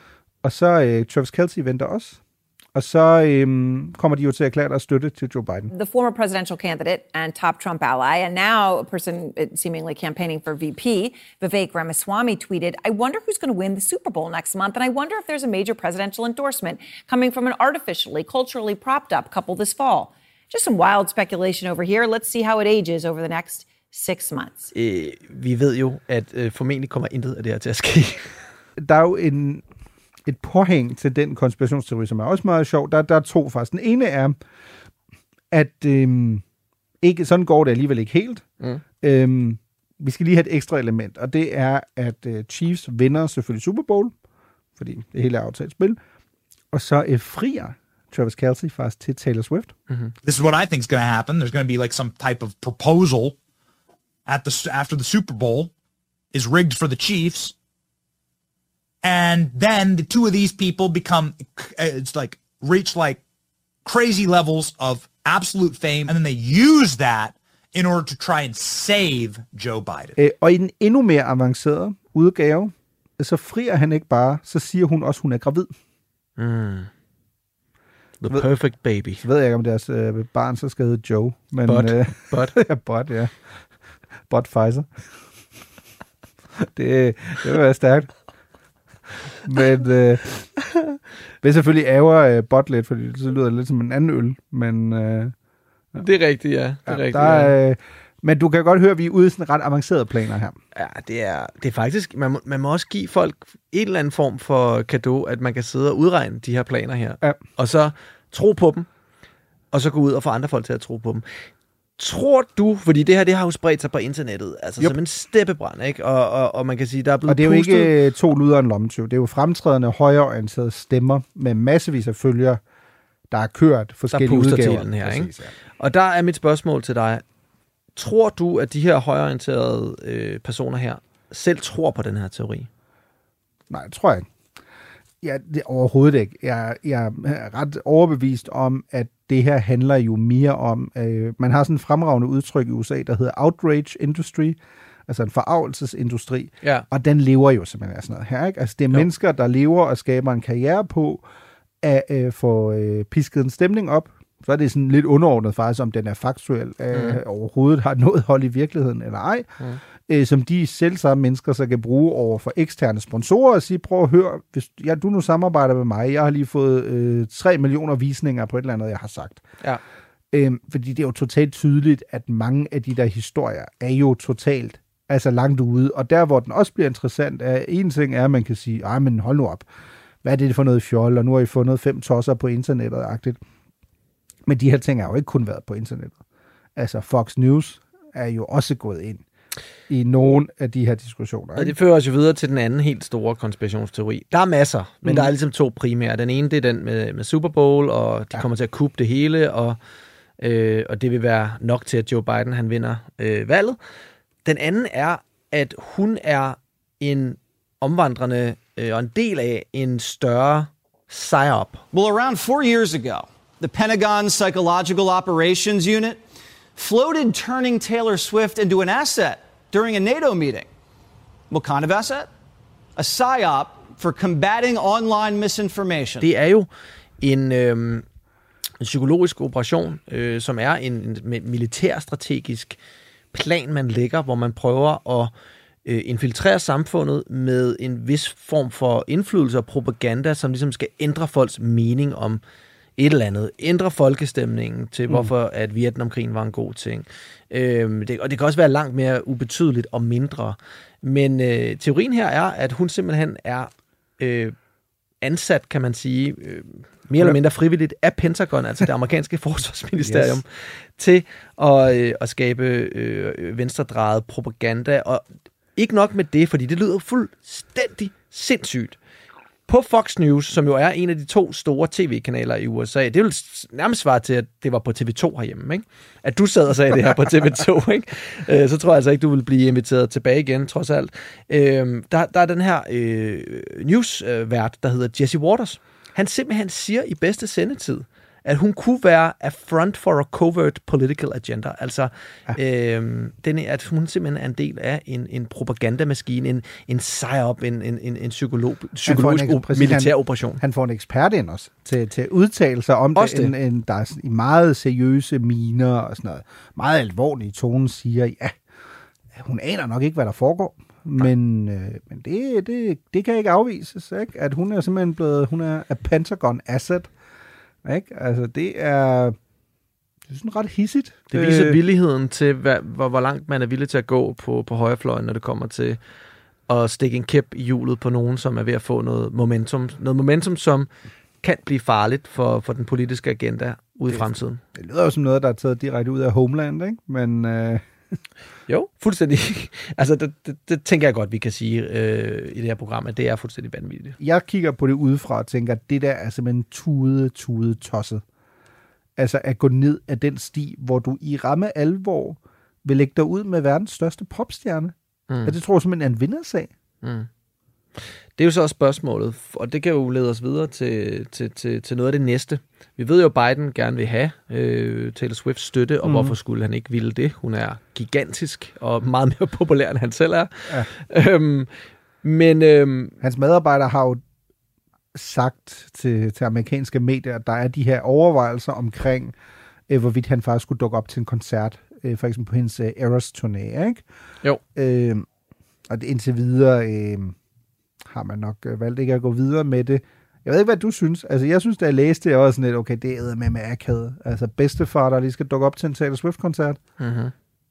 Speaker 4: Og så øh, Travis Kelce venter også. Og så øh, kommer de jo til at erklære deres støtte til Joe Biden.
Speaker 19: The former presidential candidate and top Trump ally, and now a person seemingly campaigning for V P, Vivek Ramaswamy, tweeted, "I wonder who's going to win the Super Bowl next month, and I wonder if there's a major presidential endorsement coming from an artificially, culturally propped up couple this fall. Just some wild speculation over here. Let's see how it ages over the next six months."
Speaker 3: Øh, vi ved jo, at øh, formentlig kommer intet af det her til at ske.
Speaker 4: Der er jo en, et påhæng til den konspirationsteori, som er også meget sjov. Der, der er to faktisk. Den ene er, at øhm, ikke, sådan går det alligevel ikke helt. Mm. Øhm, vi skal lige have et ekstra element, og det er, at uh, Chiefs vinder selvfølgelig Super Bowl, fordi det hele er aftalt spil, og så uh, frier Travis Kelce faktisk til Taylor Swift.
Speaker 20: Mm-hmm. This is what I think is going to happen. There's going to be like some type of proposal at the after the Super Bowl is rigged for the Chiefs, and then the two of these people become it's like reach like crazy levels of absolute fame, and then they use that in order to try and save Joe Biden.
Speaker 4: Æ, og i den endnu mere avancerede udgave, så frier han ikke bare, så siger hun også, hun er gravid.
Speaker 3: Mm. The perfect baby.
Speaker 4: Så ved jeg ikke, om deres øh, barn så skal hedde Joe. Men,
Speaker 3: Bud.
Speaker 4: Øh,
Speaker 3: Bud.
Speaker 4: ja, Bud, ja. Bud Pfizer. det, det vil være stærkt. Men øh, det selvfølgelig ærger øh, Bud lidt, fordi det så lyder lidt som en anden øl. Men, øh,
Speaker 3: ja. Det er rigtigt, ja. Det er
Speaker 4: ja,
Speaker 3: rigtigt,
Speaker 4: der,
Speaker 3: ja.
Speaker 4: øh, men du kan godt høre, at vi er ude i sådan ret avancerede planer her.
Speaker 3: Ja, det er, det er faktisk... Man må, man må også give folk en eller anden form for cadeau, at man kan sidde og udregne de her planer her.
Speaker 4: Ja.
Speaker 3: Og så tro på dem, og så gå ud og få andre folk til at tro på dem. Tror du, fordi det her, det har jo spredt sig på internettet, altså yep. som en steppebrand, ikke? Og, og, og man kan sige, der er blevet
Speaker 4: Og det er
Speaker 3: pustet...
Speaker 4: jo ikke to luder og en lommetyv. Det er jo fremtrædende, højreorienterede stemmer med massevis af følgere, der har kørt forskellige
Speaker 3: der
Speaker 4: udgaver.
Speaker 3: Til den her,
Speaker 4: Præcis,
Speaker 3: ikke?
Speaker 4: ja.
Speaker 3: Og der er mit spørgsmål til dig. Tror du, at de her højreorienterede øh, personer her selv tror på den her teori?
Speaker 4: Nej, det tror jeg ikke. Ja, det er overhovedet ikke. Jeg, jeg er ret overbevist om, at det her handler jo mere om, øh, man har sådan en fremragende udtryk i U S A, der hedder outrage industry, altså en forargelsesindustri,
Speaker 3: ja.
Speaker 4: og den lever jo simpelthen af sådan noget her, ikke? Altså det er jo. mennesker, der lever og skaber en karriere på at øh, få øh, pisket en stemning op. Så er det sådan lidt underordnet faktisk, om den er faktuel øh, mm. overhovedet har noget hold i virkeligheden eller ej. Mm. Øh, som de selv samme mennesker så kan bruge over for eksterne sponsorer og sige, prøv at høre, hvis ja, du nu samarbejder med mig, jeg har lige fået øh, tre millioner visninger på et eller andet, jeg har sagt.
Speaker 3: Ja.
Speaker 4: Øh, fordi det er jo totalt tydeligt, at mange af de der historier er jo totalt altså langt ude. Og der, hvor den også bliver interessant, er en ting er, at man kan sige, ej, men hold nu op. Hvad er det for noget fjol, og nu har I fundet fem tosser på internettet-agtigt. Men de her ting har jo ikke kun været på internettet. Altså Fox News er jo også gået ind i nogle af de her diskussioner.
Speaker 3: Og det fører os jo videre til den anden helt store konspirationsteori. Der er masser, men mm. der er ligesom to primære. Den ene, det er den med, med Super Bowl, og de ja. kommer til at kuppe det hele, og, øh, og det vil være nok til, at Joe Biden han vinder øh, valget. Den anden er, at hun er en omvandrende øh, og en del af en større psyop.
Speaker 21: Well, around four years ago, the Pentagon's Psychological Operations Unit floated turning Taylor Swift into an asset during a NATO meeting. What kind of asset? A psyop for combating online misinformation.
Speaker 3: Det er jo en, øh, en psykologisk operation, øh, som er en, en militærstrategisk plan, man lægger, hvor man prøver at øh, infiltrere samfundet med en vis form for indflydelse og propaganda, som ligesom skal ændre folks mening om et eller andet. Ændre folkestemningen til, mm. hvorfor at Vietnamkrigen var en god ting. Øhm, det, og det kan også være langt mere ubetydeligt og mindre. Men øh, teorien her er, at hun simpelthen er øh, ansat, kan man sige, øh, mere eller mindre frivilligt af Pentagon, altså det amerikanske forsvarsministerium, yes. til at, øh, at skabe øh, venstredrejet propaganda. Og ikke nok med det, fordi det lyder fuldstændig sindssygt. På Fox News, som jo er en af de to store tv-kanaler i U S A, det vil nærmest svare til, at det var på T V to herhjemme, ikke? At du sad og sagde det her på T V to, ikke? Så tror jeg altså ikke, du vil blive inviteret tilbage igen, trods alt. Der, der er den her øh, newsvært, der hedder Jesse Waters. Han simpelthen siger i bedste sendetid, at hun kunne være a front for a covert political agenda. Altså, ja. øh, den, at hun simpelthen er en del af en, en propagandamaskine, en, en psyop, en, en, en psykolog, psykologisk op, militær operation.
Speaker 4: Han, han får en ekspert ind også, til, til at udtale sig om også det, det. En, en, der er i meget seriøse miner og sådan noget. Meget alvorlige tone siger, ja, hun aner nok ikke, hvad der foregår. Men, øh, men det, det, det kan ikke afvises, ikke? At hun er simpelthen blevet, hun er a Pentagon asset. Ikke? Altså, det er, det er sådan ret hissigt.
Speaker 3: Det viser øh, villigheden til, hvad, hvor, hvor langt man er villig til at gå på, på højrefløjen, når det kommer til at stikke en kæp i hjulet på nogen, som er ved at få noget momentum. Noget momentum, som kan blive farligt for, for den politiske agenda ude i fremtiden.
Speaker 4: Det lyder jo som noget, der er taget direkte ud af Homeland, ikke? Men, øh,
Speaker 3: Jo, fuldstændig. Altså, det, det, det tænker jeg godt, vi kan sige øh, i det her program, at det er fuldstændig vanvittigt.
Speaker 4: Jeg kigger på det udefra og tænker, at det der er simpelthen tude, tude tosset. Altså at gå ned af den sti, hvor du i ramme alvor vil lægge dig ud med verdens største popstjerne. Mm. Ja, det tror jeg simpelthen er en vindersag.
Speaker 3: Mm. Det er jo så også spørgsmålet, og det kan jo lede os videre til, til, til, til noget af det næste. Vi ved jo, at Biden gerne vil have øh, Taylor Swifts støtte, og mm. hvorfor skulle han ikke ville det? Hun er gigantisk og meget mere populær, end han selv er. Ja. Øhm, men øhm,
Speaker 4: hans medarbejdere har jo sagt til, til amerikanske medier, at der er de her overvejelser omkring, øh, hvorvidt han faktisk skulle dukke op til en koncert, øh, for eksempel på hendes øh, Eras-turné, ikke?
Speaker 3: Jo.
Speaker 4: Øh, og det indtil videre øh, har man nok øh, valgt ikke at gå videre med det. Jeg ved ikke, hvad du synes. Altså, jeg synes, da jeg læste det, også sådan lidt, okay, det er med med akavet. Altså, bedstefar, der lige skal dukke op til en Taylor Swift-koncert.
Speaker 3: Mm-hmm.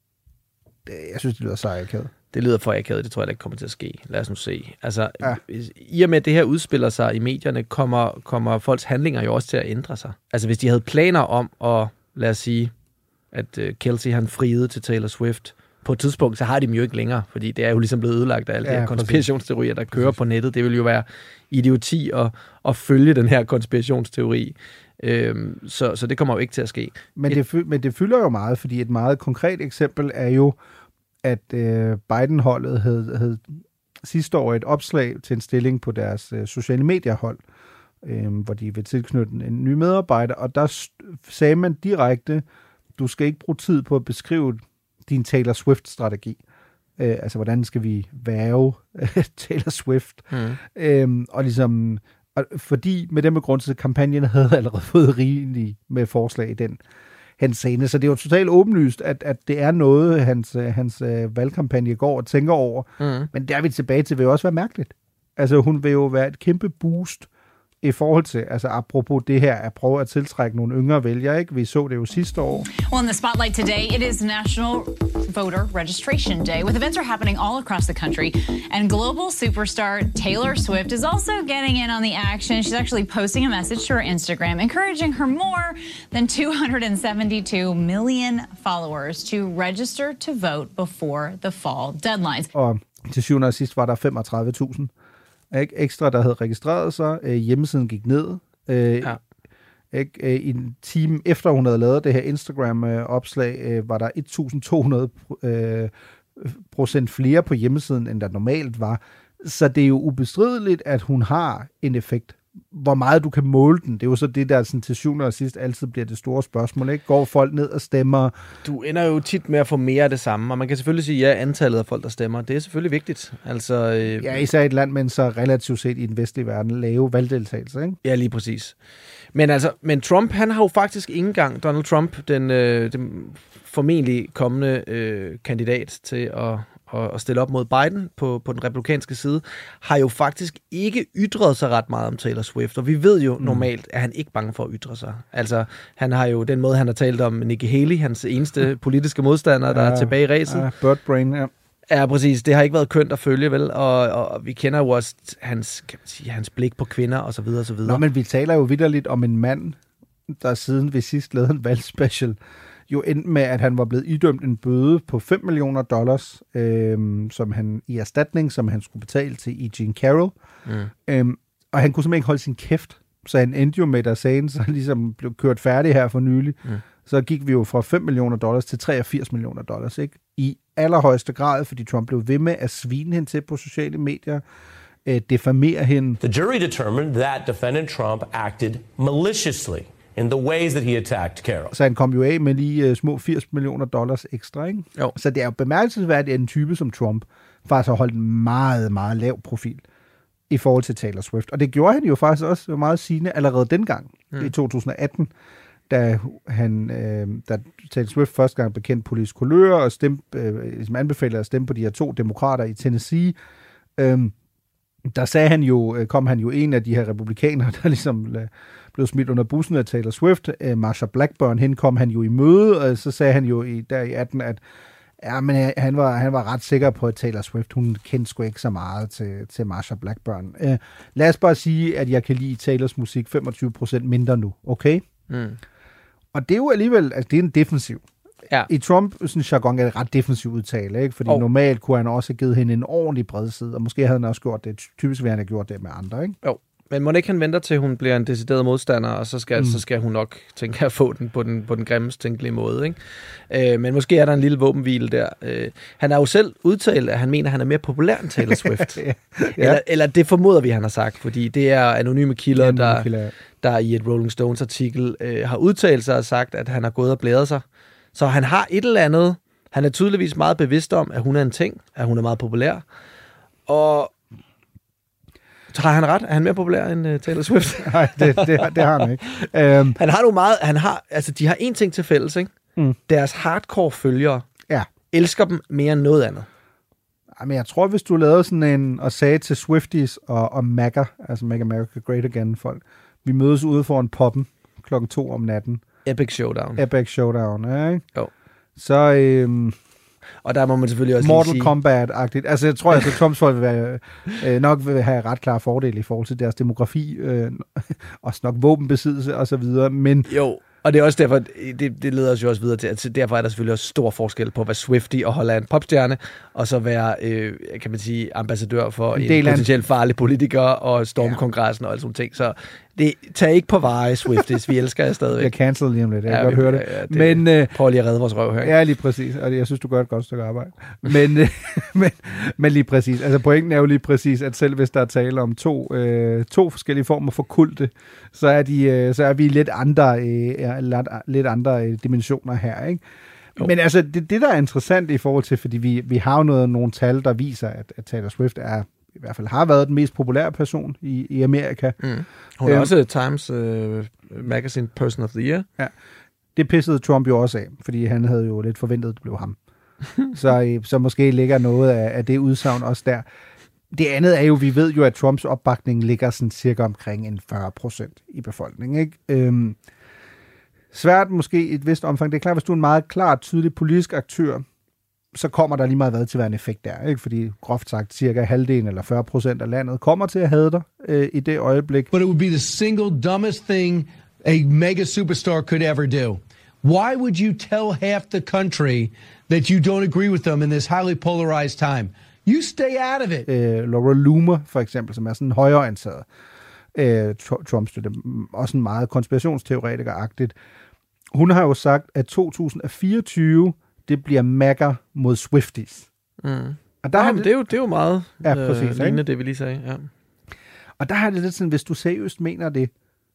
Speaker 4: Det, jeg synes, det lyder så akavet.
Speaker 3: Det lyder for akavet, det tror jeg ikke kommer til at ske. Lad os nu se. Altså, ja. I og med, at det her udspiller sig i medierne, kommer, kommer folks handlinger jo også til at ændre sig. Altså, hvis de havde planer om at, lad os sige, at uh, Kelsey han friede til Taylor Swift, på et tidspunkt, så har de dem jo ikke længere, fordi det er jo ligesom blevet ødelagt af alle ja, de her konspirationsteorier, der kører præcis. På nettet. Det vil jo være idioti at, at følge den her konspirationsteori. Øhm, så, så det kommer jo ikke til at ske.
Speaker 4: Men det, fy- men det fylder jo meget, fordi et meget konkret eksempel er jo, at øh, Biden-holdet havde, havde sidste år et opslag til en stilling på deres øh, sociale mediehold, øh, hvor de vil tilknytte en ny medarbejder, og der st- sagde man direkte, du skal ikke bruge tid på at beskrive din Taylor Swift-strategi. Øh, altså, hvordan skal vi værve Taylor Swift? Mm. Øhm, og ligesom, og fordi med den begrundelse, at kampagnen havde allerede fået rigeligt med forslag i den henseende. Så det er jo totalt åbenlyst, at, at det er noget, hans, hans uh, valgkampagne går og tænker over. Mm. Men der er vi tilbage til, vil jo også være mærkeligt. Altså, hun vil jo være et kæmpe boost i forhold til, altså apropos det her, at prøve at tiltrække nogle yngre vælgere, ikke? Vi så det jo sidste år.
Speaker 5: Well, in the spotlight today, it is National Voter Registration Day, with events are happening all across the country, and global superstar Taylor Swift is also getting in on the action. She's actually posting a message to her Instagram, encouraging her more than two hundred seventy-two million followers to register to vote before the fall deadlines.
Speaker 4: Og til syvende og sidst var der femogtredive tusind. Ikke? Ekstra, der havde registreret sig. Øh, hjemmesiden gik ned. Øh, ja. ikke? Øh, I en time efter hun havde lavet det her Instagram-opslag, øh, var der et tusind to hundrede procent flere på hjemmesiden, end der normalt var. Så det er jo ubestrideligt, at hun har en effekt. Hvor meget du kan måle den, det er jo så det, der sådan, til syvende og sidst altid bliver det store spørgsmål. Ikke? Går folk ned og stemmer?
Speaker 3: Du ender jo tit med at få mere af det samme, og man kan selvfølgelig sige, ja, antallet af folk, der stemmer, det er selvfølgelig vigtigt. Altså, øh...
Speaker 4: Ja, især et land med en så relativt set i den vestlige verden lave valgdeltagelse, ikke?
Speaker 3: Ja, lige præcis. Men altså, men Trump, han har jo faktisk ikke engang, Donald Trump, den, øh, den formentlig kommende øh, kandidat til at og stille op mod Biden på, på den republikanske side, har jo faktisk ikke ytret sig ret meget om Taylor Swift, og vi ved jo mm. normalt, at han ikke er bange for at ytre sig. Altså, han har jo den måde, han har talt om Nikki Haley, hans eneste politiske modstander, der ja, er tilbage i ræset.
Speaker 4: Ja, bird brain, ja.
Speaker 3: Ja, præcis. Det har ikke været kønt at følge, vel? Og, og vi kender jo også hans, kan man sige, hans blik på kvinder, og så videre, og så videre.
Speaker 4: Nå, men vi taler jo vitterligt om en mand, der siden vi sidst lavede en valgspecial, jo endte med, at han var blevet idømt en bøde på fem millioner dollars, øhm, som han i erstatning, som han skulle betale til E. Jean Carroll. Mm. Øhm, og han kunne simpelthen ikke holde sin kæft, så han endte jo med, da sagen så ligesom blev kørt færdig her for nylig. Mm. Så gik vi jo fra fem millioner dollars til treogfirs millioner dollars, ikke? I allerhøjeste grad, fordi Trump blev ved med at svine hende til på sociale medier, øh, diffamere hende.
Speaker 10: The jury determined that defendant Trump acted maliciously in the ways that he attacked Carroll.
Speaker 4: Så han kom jo af med lige uh, små firs millioner dollars ekstra, ikke? Jo. Så det er jo bemærkelsesværdigt, at en type som Trump faktisk har holdt en meget, meget lav profil i forhold til Taylor Swift. Og det gjorde han jo faktisk også meget sigende allerede dengang, mm. i to tusind atten, da, han, øh, da Taylor Swift første gang bekendte politisk kulør og stemte, øh, som anbefalede at stemme på de her to demokrater i Tennessee. Øh, der sagde han jo, kom han jo en af de her republikanere, der ligesom blev smidt under bussen af Taylor Swift, øh, Marsha Blackburn, hende kom han jo i møde, og så sagde han jo i, der i atten, at ja, men han var, han var ret sikker på, at Taylor Swift, hun kendte sgu ikke så meget til, til Marsha Blackburn. Øh, lad os bare sige, at jeg kan lide Taylors musik femogtyve procent mindre nu, okay? Mm. Og det er jo alligevel, altså det er en defensiv.
Speaker 3: Ja.
Speaker 4: I Trump sådan jargon er det ret defensiv udtale, ikke? Fordi oh. normalt kunne han også have givet hende en ordentlig bredside, og måske havde han også gjort det. Typisk ville han have gjort det med andre, ikke?
Speaker 3: Jo. Men må ikke han venter til, hun bliver en decideret modstander, og så skal, mm. så skal hun nok, tænke jeg, få den på den, på den grimmest tænkelige måde. Ikke? Øh, men måske er der en lille våbenhvile der. Øh, han har jo selv udtalt, at han mener, at han er mere populær end Taylor Swift. ja. eller, eller det formoder vi, han har sagt, fordi det er anonyme kilder, ja, der, kilder. der i et Rolling Stones artikel øh, har udtalt sig og sagt, at han har gået og blæret sig. Så han har et eller andet. Han er tydeligvis meget bevidst om, at hun er en ting, at hun er meget populær. Og så har han ret? Er han mere populær end uh, Taylor Swift?
Speaker 4: Nej, det, det, det har han ikke. Um,
Speaker 3: han har jo meget, han har, altså de har en ting til fælles, ikke? Mm. Deres hardcore følgere
Speaker 4: ja.
Speaker 3: elsker dem mere end noget andet.
Speaker 4: Men jeg tror, hvis du lavede sådan en, og sagde til Swifties og, og MAGA, altså Make America Great Again folk, vi mødes ude foran poppen klokken to om natten.
Speaker 3: Epic Showdown.
Speaker 4: Epic Showdown, ja, ikke?
Speaker 3: Jo.
Speaker 4: Så, øhm,
Speaker 3: og der må man selvfølgelig også
Speaker 4: Mortal
Speaker 3: sige...
Speaker 4: Kombat-agtigt. Altså, jeg tror, at Trumps folk vil være, øh, nok vil have ret klare fordele i forhold til deres demografi, øh, også nok våbenbesiddelse og så videre, men...
Speaker 3: Jo, og det er også derfor, det, det leder os jo også videre til, at derfor er der selvfølgelig også stor forskel på at være Swiftie og holde af en popstjerne, og så være, øh, kan man sige, ambassadør for en, en potentielt farlig politiker og storme kongressen og alle sådan ting. Så det, tag ikke på veje, Swifties. Vi elsker jer stadigvæk.
Speaker 4: Jeg cancel lige om lidt. Jeg kan
Speaker 3: ja,
Speaker 4: godt
Speaker 3: vi,
Speaker 4: høre det.
Speaker 3: Ja, det
Speaker 4: men, øh,
Speaker 3: prøv lige at redde vores røv her.
Speaker 4: Ja, lige præcis. Og jeg synes, du gør et godt stykke arbejde. Men, øh, men, men lige præcis. Altså pointen er jo lige præcis, at selv hvis der er tale om to, øh, to forskellige former for kulte, så er, de, øh, så er vi lidt andre, øh, lidt andre øh, dimensioner her, ikke? Jo. Men altså, det, det der er interessant i forhold til, fordi vi, vi har jo noget, nogle tal, der viser, at, at Taylor Swift er i hvert fald har været den mest populære person i, i Amerika.
Speaker 3: Mm. Hun er øhm, også Times uh, Magazine Person of the Year.
Speaker 4: Ja, det pissede Trump jo også af, fordi han havde jo lidt forventet, at det blev ham. så, så måske ligger noget af, af det udsagn også der. Det andet er jo, vi ved jo, at Trumps opbakning ligger sådan cirka omkring en fyrre procent i befolkningen, ikke? Øhm, svært måske i et vist omfang. Det er klart, hvis du er en meget klar, tydelig politisk aktør, så kommer der lige meget hvad til at være en effekt der, ikke? Fordi groft sagt, cirka halvdelen eller fyrre procent af landet kommer til at hade dig øh, i det øjeblik.
Speaker 6: But it would be the single dumbest thing a mega superstar could ever do. Why would you tell half the country that you don't agree with them in this highly polarized time? You stay out of it.
Speaker 4: Øh, Laura Loomer, for eksempel, som er sådan højreorienteret øh, Trump støtte, også en meget konspirationsteoretiker-agtigt. Hun har jo sagt, at to tusind fireogtyve det bliver MAGA mod Swifties.
Speaker 3: Mm. Og der ja, det, det, er jo, det er jo meget
Speaker 4: ja, præcis,
Speaker 3: øh, lignende det, vi lige sagde. Ja.
Speaker 4: Og der har det lidt sådan, hvis du seriøst mener det,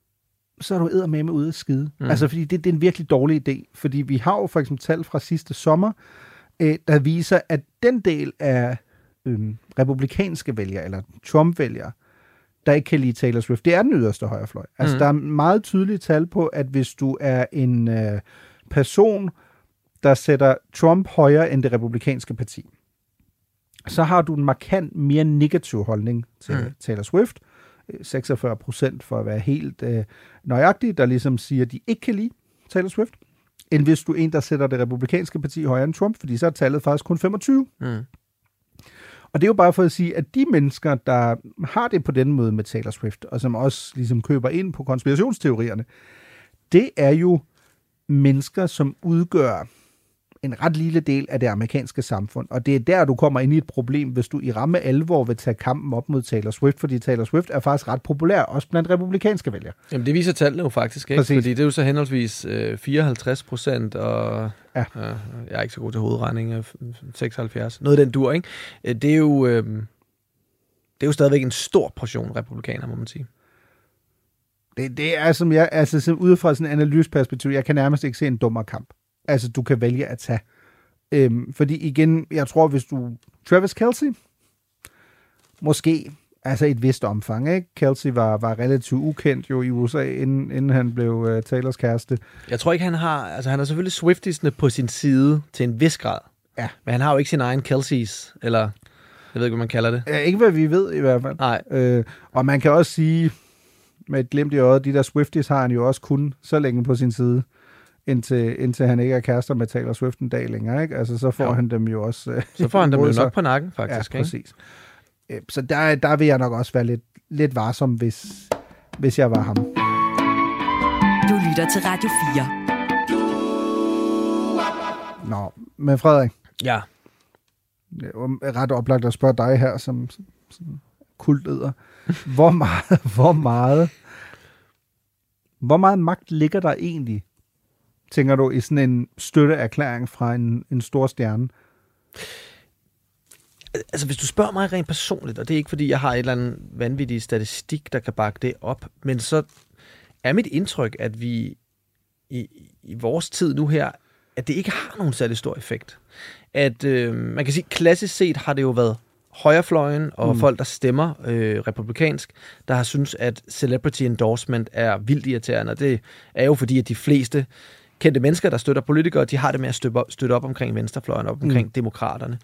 Speaker 4: så er du eddermame ude at skide. Mm. Altså, fordi det, det er en virkelig dårlig idé. Fordi vi har jo for eksempel tal fra sidste sommer, øh, der viser, at den del af øh, republikanske vælgere, eller Trump-vælgere, der ikke kan lide Taylor Swift, det er den yderste højrefløj. Altså, mm. der er meget tydelige tal på, at hvis du er en øh, person, der sætter Trump højere end det republikanske parti, så har du en markant mere negativ holdning til mm. Taylor Swift. seksogfyrre procent for at være helt øh, nøjagtig, der ligesom siger, at de ikke kan lide Taylor Swift, end hvis du er en, der sætter det republikanske parti højere end Trump, fordi så er tallet faktisk kun femogtyve. Mm. Og det er jo bare for at sige, at de mennesker, der har det på den måde med Taylor Swift, og som også ligesom køber ind på konspirationsteorierne, det er jo mennesker, som udgør en ret lille del af det amerikanske samfund. Og det er der, du kommer ind i et problem, hvis du i ramme alvor vil tage kampen op mod Taylor Swift, fordi Taylor Swift er faktisk ret populær, også blandt republikanske vælgere.
Speaker 3: Jamen, det viser tallene jo faktisk, ikke? Præcis. Fordi det er jo så henholdsvis øh, fireoghalvtreds procent, og ja. øh, jeg er ikke så god til hovedregning, seksoghalvfjerds. Noget af den dur, ikke? Det er jo, øh, det er jo stadigvæk en stor portion republikaner, må man sige.
Speaker 4: Det, det er som jeg, altså ud fra sådan en analyseperspektiv, jeg kan nærmest ikke se en dummer kamp. Altså, du kan vælge at tage. Øhm, fordi igen, jeg tror, hvis du... Travis Kelce? Måske. Altså et vist omfang, ikke? Kelce var, var relativt ukendt jo i U S A, inden, inden han blev uh, Taylors kæreste.
Speaker 3: Jeg tror ikke, han har... Altså, han har selvfølgelig Swiftiesne på sin side til en vis grad.
Speaker 4: Ja.
Speaker 3: Men han har jo ikke sin egen Kelces, eller... Jeg ved ikke, hvad man kalder det.
Speaker 4: Ja, ikke hvad vi ved, i hvert fald.
Speaker 3: Nej.
Speaker 4: Øh, og man kan også sige, med et glimt i øjet, de der Swifties har han jo også kun så længe på sin side. Indtil, indtil han ikke er kærester med Taylor Swift en dag længere, ikke? Altså, så får jo. han dem jo også... Øh,
Speaker 3: så får han dem jo nok på nakken, faktisk,
Speaker 4: ja, præcis. Ikke? Så der, der vil jeg nok også være lidt, lidt varsom, hvis, hvis jeg var ham.
Speaker 2: Du lytter til Radio fire.
Speaker 4: Nå, men Frederik.
Speaker 3: Ja.
Speaker 4: Det er ret oplagt at spørge dig her, som, som, som kultleder. Hvor meget, hvor meget, hvor meget magt ligger der egentlig, tænker du, i sådan en støtteerklæring fra en, en stor stjerne?
Speaker 3: Altså, hvis du spørger mig rent personligt, og det er ikke, fordi jeg har et eller andet vanvittig statistik, der kan bakke det op, men så er mit indtryk, at vi i, i vores tid nu her, at det ikke har nogen særlig stor effekt. At øh, man kan sige, klassisk set har det jo været højrefløjen og mm. folk, der stemmer øh, republikansk, der har synes, at celebrity endorsement er vildt irriterende. Og det er jo fordi, at de fleste kendte mennesker, der støtter politikere, de har det med at støtte op, støtte op omkring venstrefløjen, op omkring mm. demokraterne.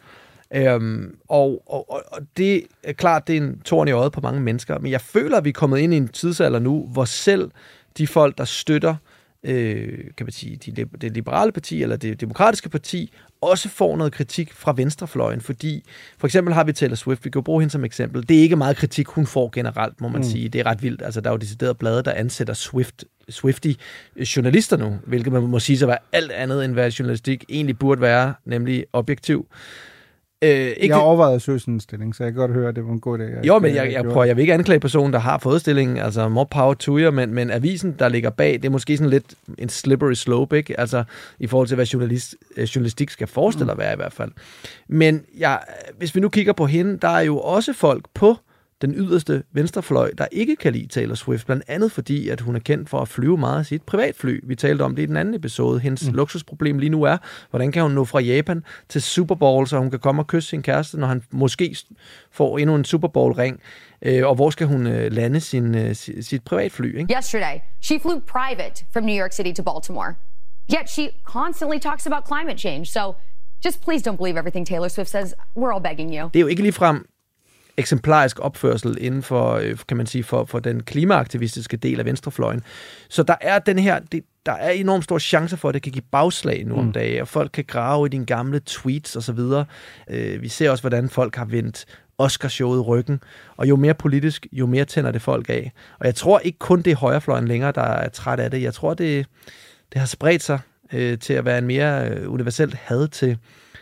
Speaker 3: Øhm, og, og, og det er klart, det er en torn i øjet på mange mennesker, men jeg føler, at vi er kommet ind i en tidsalder nu, hvor selv de folk, der støtter øh, kan man sige, de, det liberale parti eller det demokratiske parti, også får noget kritik fra venstrefløjen, fordi for eksempel har vi Taylor Swift, vi kan jo bruge hende som eksempel. Det er ikke meget kritik, hun får generelt, må man mm. sige. Det er ret vildt. Altså, der er jo deciderede blade, der ansætter Swift, Swiftie journalister nu, hvilket man må sige så være alt andet, end hvad journalistik egentlig burde være, nemlig objektiv. Øh, ikke
Speaker 4: jeg har overvejet at søge sådan en stilling, så jeg kan godt høre, at det var en god idé.
Speaker 3: Jo, men jeg, jeg, prøver, jeg vil ikke anklage personen, der har fået stillingen, altså more power to you, men, men avisen, der ligger bag, det er måske sådan lidt en slippery slope, ikke? Altså i forhold til, hvad journalist, journalistik skal forestille at være i hvert fald. Men ja, hvis vi nu kigger på hende, der er jo også folk på den yderste venstrefløj, der ikke kan lide Taylor Swift, blandt andet fordi, at hun er kendt for at flyve meget af sit privatfly. Vi talte om det i den anden episode. Hendes mm. luksusproblem lige nu er, hvordan kan hun nå fra Japan til Super Bowl, så hun kan komme og kysse sin kæreste, når han måske får endnu en Super Bowl-ring, øh, og hvor skal hun øh, lande sin, øh, sit privatfly, ikke?
Speaker 7: Yesterday, she flew private from New York City to Baltimore. Yet she constantly talks about climate change. So just please don't believe everything Taylor Swift says. We're all begging you.
Speaker 3: Det er jo ikke ligefrem eksemplarisk opførsel inden for, kan man sige, for, for den klimaaktivistiske del af venstrefløjen. Så der er den her, det, der er enormt store chancer for, at det kan give bagslag nu om mm. dagen, og folk kan grave i dine gamle tweets og så videre. Øh, vi ser også, hvordan folk har vendt Oscarshowet ryggen, og jo mere politisk, jo mere tænder det folk af. Og jeg tror ikke kun det er højrefløjen længere, der er træt af det. Jeg tror, det, det har spredt sig øh, til at være en mere universelt had til,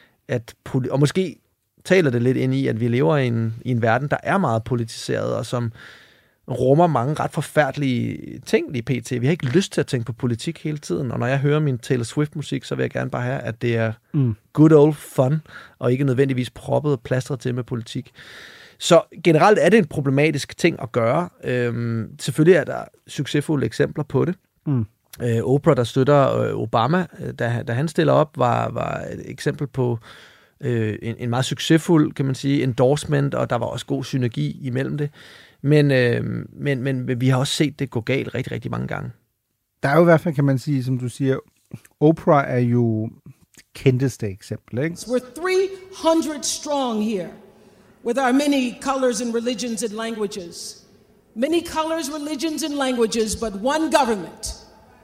Speaker 3: at og måske taler det lidt ind i, at vi lever i en, i en verden, der er meget politiseret, og som rummer mange ret forfærdelige ting i P T. Vi har ikke lyst til at tænke på politik hele tiden, og når jeg hører min Taylor Swift-musik, så vil jeg gerne bare have, at det er mm. good old fun, og ikke nødvendigvis proppet og plastret til med politik. Så generelt er det en problematisk ting at gøre. Øhm, selvfølgelig er der succesfulde eksempler på det. Mm. Øh, Oprah, der støtter øh, Obama, da, da han stiller op, var, var et eksempel på Øh, en, en meget succesfuld, kan man sige, endorsement, og der var også god synergi imellem det. Men, øh, men, men vi har også set det gå galt rigtig, rigtig mange gange.
Speaker 4: Der er jo i hvert fald, kan man sige, som du siger, Oprah er jo det kendteste eksempel, ikke?
Speaker 22: We're three hundred strong here, with our many colors and religions and languages. Many colors, religions and languages, but one government,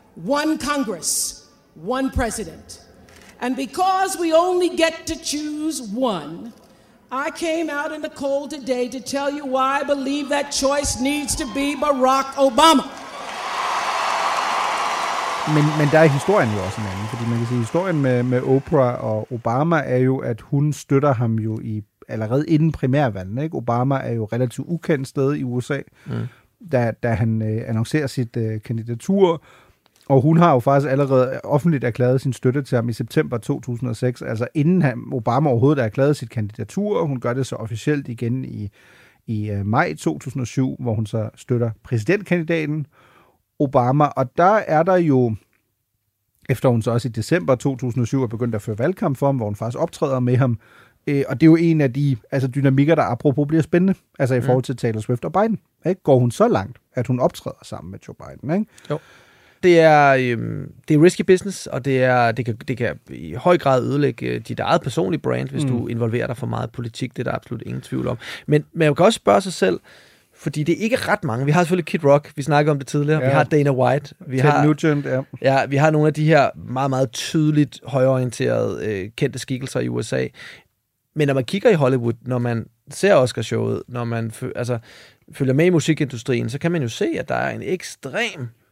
Speaker 22: one Congress, one president. And because we only get to choose one, I came out in the cold today to tell you why I believe that choice needs to be Barack Obama.
Speaker 4: Men, men der er historien jo også en anden, fordi man kan sige, historien med, med Oprah og Obama er jo, at hun støtter ham jo i allerede inden primærvalget, ikke? Obama er jo relativt ukendt sted i U S A, mm. da, da han øh, annoncerer sit øh, kandidatur. Og hun har jo faktisk allerede offentligt erklæret sin støtte til ham i september to tusind og seks, altså inden han, Obama overhovedet erklærede sit kandidatur. Hun gør det så officielt igen i, i uh, maj to tusind og syv, hvor hun så støtter præsidentkandidaten Obama. Og der er der jo, efter hun så også i december to tusind og syv er begyndt at føre valgkamp for ham, hvor hun faktisk optræder med ham. Øh, og det er jo en af de altså, dynamikker, der apropos bliver spændende, altså i forhold til Taylor Swift og Biden. Ikke? Går hun så langt, at hun optræder sammen med Joe Biden, ikke?
Speaker 3: Jo. Det er, øhm, det er risky business, og det, er, det, kan, det kan i høj grad ødelægge dit eget personlige brand, hvis mm. du involverer dig for meget politik. Det er der absolut ingen tvivl om. Men, men man kan også spørge sig selv, fordi det er ikke ret mange. Vi har selvfølgelig Kid Rock, vi snakkede om det tidligere. Ja. Vi har Dana White. Vi
Speaker 4: Ted
Speaker 3: har,
Speaker 4: Nugent, ja.
Speaker 3: ja. Vi har nogle af de her meget, meget tydeligt højorienterede, øh, kendte skikkelser i U S A. Men når man kigger i Hollywood, når man ser Oscarshowet, når man altså, følger med i musikindustrien, så kan man jo se, at der er en ekstrem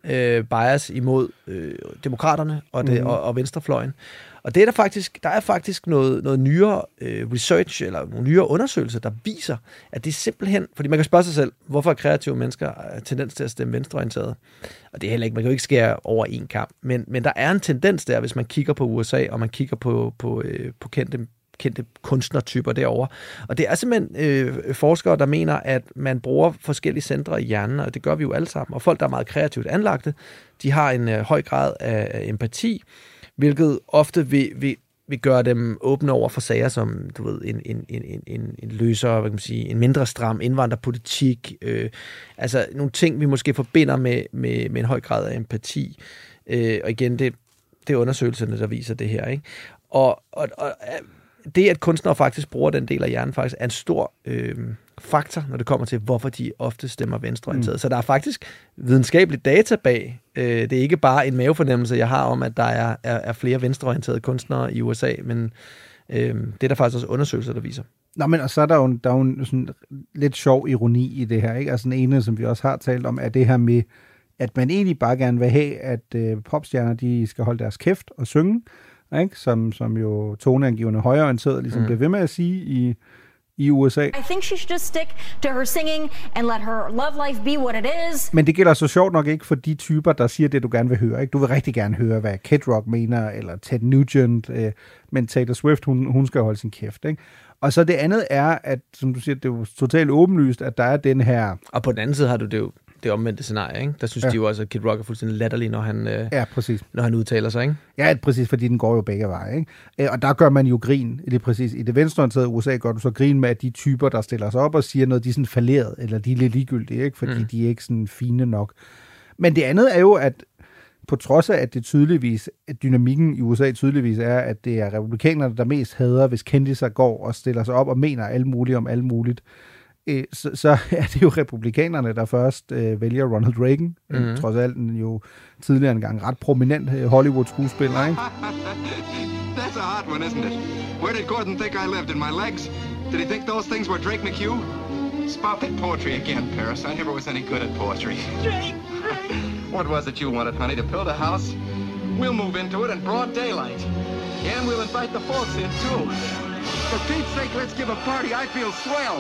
Speaker 3: øh, bias imod øh, demokraterne og, det,
Speaker 4: Mhm.
Speaker 3: og, og venstrefløjen. Og det er der faktisk, der er faktisk noget, noget nyere øh, research, eller nogle nyere undersøgelser, der viser, at det er simpelthen, fordi man kan spørge sig selv, hvorfor er kreative mennesker tendens til at stemme venstreorienteret? Og det er heller ikke, man kan jo ikke skære over en kamp, men, men der er en tendens der, hvis man kigger på U S A, og man kigger på, på, øh, på kendte kendte kunstnertyper derovre. Og det er simpelthen øh, forskere, der mener, at man bruger forskellige centre i hjernen, og det gør vi jo alle sammen. Og folk, der er meget kreativt anlagte, de har en øh, høj grad af, af empati, hvilket ofte vil, vil, vil gøre dem åbne over for sager som, du ved, en, en, en, en, en løsere, hvad kan man sige, en mindre stram indvandrerpolitik, øh, altså nogle ting, vi måske forbinder med, med, med en høj grad af empati. Øh, og igen, det, det er undersøgelserne, der viser det her, ikke? Og, og, og det, at kunstnere faktisk bruger den del af hjernen, faktisk er en stor øh, faktor, når det kommer til, hvorfor de ofte stemmer venstreorienteret. Mm. Så der er faktisk videnskabelig data bag. Øh, det er ikke bare en mavefornemmelse, jeg har om, at der er, er, er flere venstreorienterede kunstnere i U S A, men øh, det er der faktisk også undersøgelser, der viser.
Speaker 4: Nå, men og så er der jo, der er jo en sådan lidt sjov ironi i det her, ikke? Altså den ene, som vi også har talt om, er det her med, at man egentlig bare gerne vil have, at øh, popstjerner, de skal holde deres kæft og synge, ikke? Som, som jo toneangivende højreorienteret ligesom mm. bliver ved med at sige i, i U S A.
Speaker 8: I think she should just stick to her singing and let her love life be what it is.
Speaker 4: Men det gælder så sjovt nok ikke for de typer, der siger det, du gerne vil høre. Ikke? Du vil rigtig gerne høre, hvad Kid Rock mener, eller Ted Nugent, øh, men Taylor Swift, hun, hun skal holde sin kæft. Ikke? Og så det andet er, at som du siger, det er jo totalt åbenlyst, at der er den her...
Speaker 3: Og på den anden side har du det jo det omvendte scenarie, ikke? Der synes ja. de jo også, at Kid Rock er fuldstændig latterlig, når han, øh,
Speaker 4: ja, præcis.
Speaker 3: når han udtaler sig, ikke?
Speaker 4: Ja, præcis, fordi den går jo begge veje, ikke? Og der gør man jo grin, det er præcis. I det venstreorienterede U S A gør du så grin med, at de typer, der stiller sig op og siger noget, de er sådan falderet, eller de er lidt ligegyldige, ikke? Fordi mm. de er ikke sådan fine nok. Men det andet er jo, at på trods af, at det tydeligvis, at dynamikken i U S A tydeligvis er, at det er republikanerne, der mest hader, hvis kendiser går og stiller sig op og mener alt muligt om alt muligt, Så, så er det jo republikanerne, der først øh, vælger Ronald Reagan. Mm-hmm. Trods alt en jo tidligere engang ret prominent Hollywood-skuespiller, ikke?
Speaker 9: That's a hot one, isn't it? Where did Gordon think I lived? In my legs? Did he think those things were Drake McHugh? Spout that poetry again, Paris. I never was any good at poetry. Drake! What was it you wanted, honey? To build a house? We'll move into it in broad daylight. And we'll invite the folks in, too. For Pete's sake, let's give a party. I feel swell.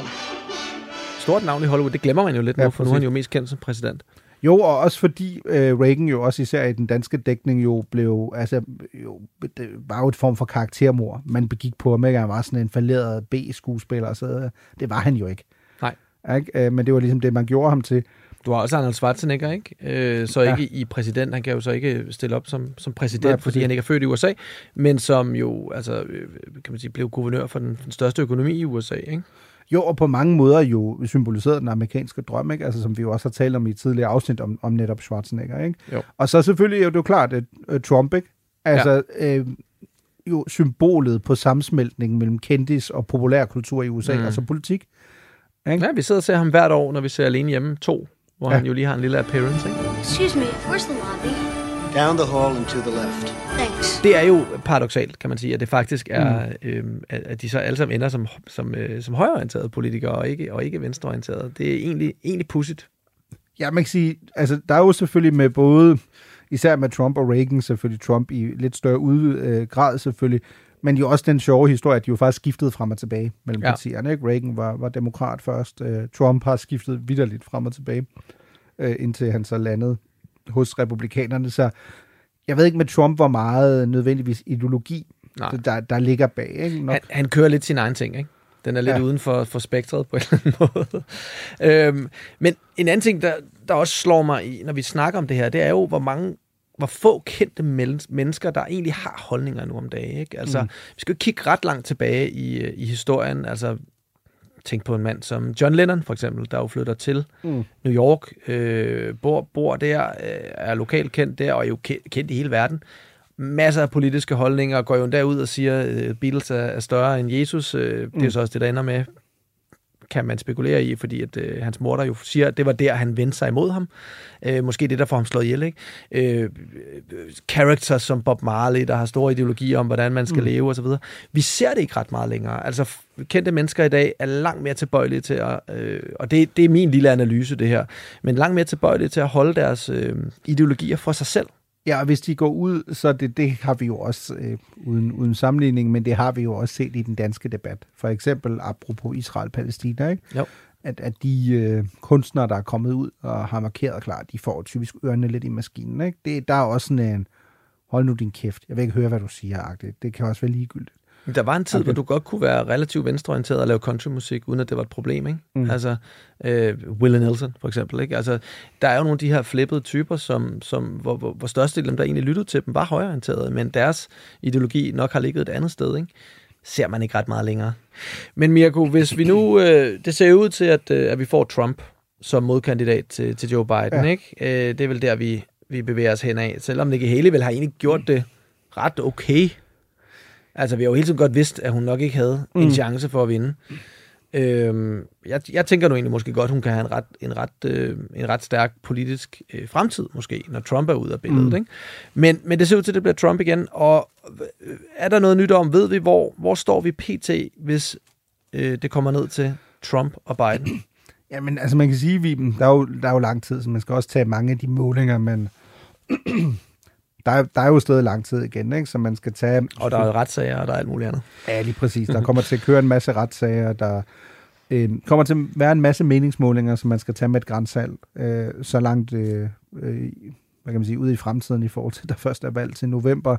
Speaker 3: Stort navn i Hollywood, det glemmer man jo lidt
Speaker 4: ja,
Speaker 3: nu, for nu er han jo mest kendt som præsident.
Speaker 4: Jo, og også fordi øh, Reagan jo også især i den danske dækning jo blev, altså, jo, det var jo et form for karaktermord, man begik på ham, ikke? Han var sådan en falderet B-skuespiller, så det var han jo ikke.
Speaker 3: Nej.
Speaker 4: Ikke? Men det var ligesom det, man gjorde ham til.
Speaker 3: Du har også Arnold Schwarzenegger, ikke? Øh, så
Speaker 4: ja.
Speaker 3: ikke i præsident, han kan jo så ikke stille op som, som præsident, ja, fordi han ikke er født i U S A, men som jo, altså, kan man sige, blev guvernør for den, den største økonomi i U S A, ikke?
Speaker 4: Jo, og på mange måder jo symboliserede den amerikanske drøm, ikke? Altså, som vi jo også har talt om i et tidligere afsnit om, om netop Schwarzenegger, ikke?
Speaker 3: Jo.
Speaker 4: Og så selvfølgelig er det jo klart, at uh, Trump, ikke? Altså, ja. øh, jo symbolet på sammensmeltningen mellem kendis og populærkultur i U S A, mm. altså politik. Ikke?
Speaker 3: Ja, vi sidder og ser ham hvert år, når vi ser Alene Hjemme to, hvor ja. han jo lige har en lille appearance, ikke?
Speaker 8: Excuse me, where's the lobby?
Speaker 23: Down the hall and to the left.
Speaker 8: Thanks.
Speaker 3: Det er jo paradoksalt, kan man sige, at det faktisk er, mm. øhm, at de så alle sammen ender som, som, øh, som højreorienterede politikere, og ikke, og ikke venstreorienterede. Det er egentlig, egentlig pudsigt.
Speaker 4: Ja, man kan sige, altså der er jo selvfølgelig med både, især med Trump og Reagan, selvfølgelig Trump i lidt større udgrad selvfølgelig, men jo også den sjove historie, at de jo faktisk skiftede frem og tilbage mellem ja. partierne. Ikke? Reagan var, var demokrat først, uh, Trump har skiftet vitterligt frem og tilbage, uh, indtil han så landede hos republikanerne. Så jeg ved ikke med Trump, hvor meget nødvendigvis ideologi, der, der ligger bag. Ikke? Nok.
Speaker 3: Han, han kører lidt sin egen ting, ikke? Den er lidt ja. uden for, for spektret på en eller anden måde. øhm, men en anden ting, der, der også slår mig i, når vi snakker om det her, det er jo, hvor mange hvor få kendte mennesker, der egentlig har holdninger nu om dagen. Ikke? Altså, mm. vi skal jo kigge ret langt tilbage i, i historien. Altså, tænk på en mand som John Lennon, for eksempel, der jo flytter til mm. New York, øh, bor, bor der, øh, er lokalt kendt der, og er jo kendt i hele verden. Masser af politiske holdninger, går jo endda ud og siger, at Beatles er større end Jesus. Det er jo så også det, der ender med, kan man spekulere i, fordi at øh, hans morder jo siger, at det var der, han vendte sig imod ham. Øh, måske det, der får ham slået ihjel, ikke? Øh, characters som Bob Marley, der har store ideologier om, hvordan man skal mm. leve osv. Vi ser det ikke ret meget længere. Altså, kendte mennesker i dag er langt mere tilbøjelige til at, øh, og det, det er min lille analyse, det her, men langt mere tilbøjelige til at holde deres øh, ideologier for sig selv.
Speaker 4: Ja, og hvis de går ud, så det, det har vi jo også, øh, uden, uden sammenligning, men det har vi jo også set i den danske debat. For eksempel, apropos Israel-Palæstina, ikke?
Speaker 3: Jo.
Speaker 4: At, at de øh, kunstnere, der er kommet ud og har markeret klart, de får typisk ørerne lidt i maskinen, ikke? Det, der er også sådan en, hold nu din kæft, jeg vil ikke høre, hvad du siger, agtigt. Det kan også være ligegyldigt.
Speaker 3: Der var en tid,
Speaker 4: okay.
Speaker 3: hvor du godt kunne være relativt venstreorienteret og lave countrymusik, uden at det var et problem, ikke? Mm. Altså, øh, Willie Nelson, for eksempel, ikke? Altså, der er jo nogle af de her flippede typer, som, som, hvor, hvor, hvor størstedelen af dem, der egentlig lyttede til dem, var højreorienterede, men deres ideologi nok har ligget et andet sted, ikke? Ser man ikke ret meget længere. Men Mirko, hvis vi nu... Øh, det ser ud til, at, øh, at vi får Trump som modkandidat til, til Joe Biden, ja. ikke? Øh, det er vel der, vi, vi bevæger os hen af. Selvom Nikki Haley vel har egentlig gjort det ret okay. Altså, vi har jo hele tiden godt vidst, at hun nok ikke havde mm. en chance for at vinde. Øhm, jeg, jeg tænker nu egentlig måske godt, hun kan have en ret, en ret, øh, en ret stærk politisk øh, fremtid, måske, når Trump er ude af billedet. Mm. Ikke? Men, men det ser ud til, at det bliver Trump igen. Og er der noget nyt om, ved vi, hvor, hvor står vi pt., hvis øh, det kommer ned til Trump og Biden?
Speaker 4: Jamen, altså man kan sige, vi, der, er jo, der er jo lang tid, så man skal også tage mange af de målinger, men... Der er, der er jo stadig lang tid igen, ikke? Så man skal tage...
Speaker 3: Og der er retssager, og der er alt muligt andet.
Speaker 4: Ja, lige præcis. Der kommer til at køre en masse retssager, der øh, kommer til at være en masse meningsmålinger, som man skal tage med et grænsalt, øh, så langt øh, øh, hvad kan man sige, ude i fremtiden i forhold til, der først er valg til november.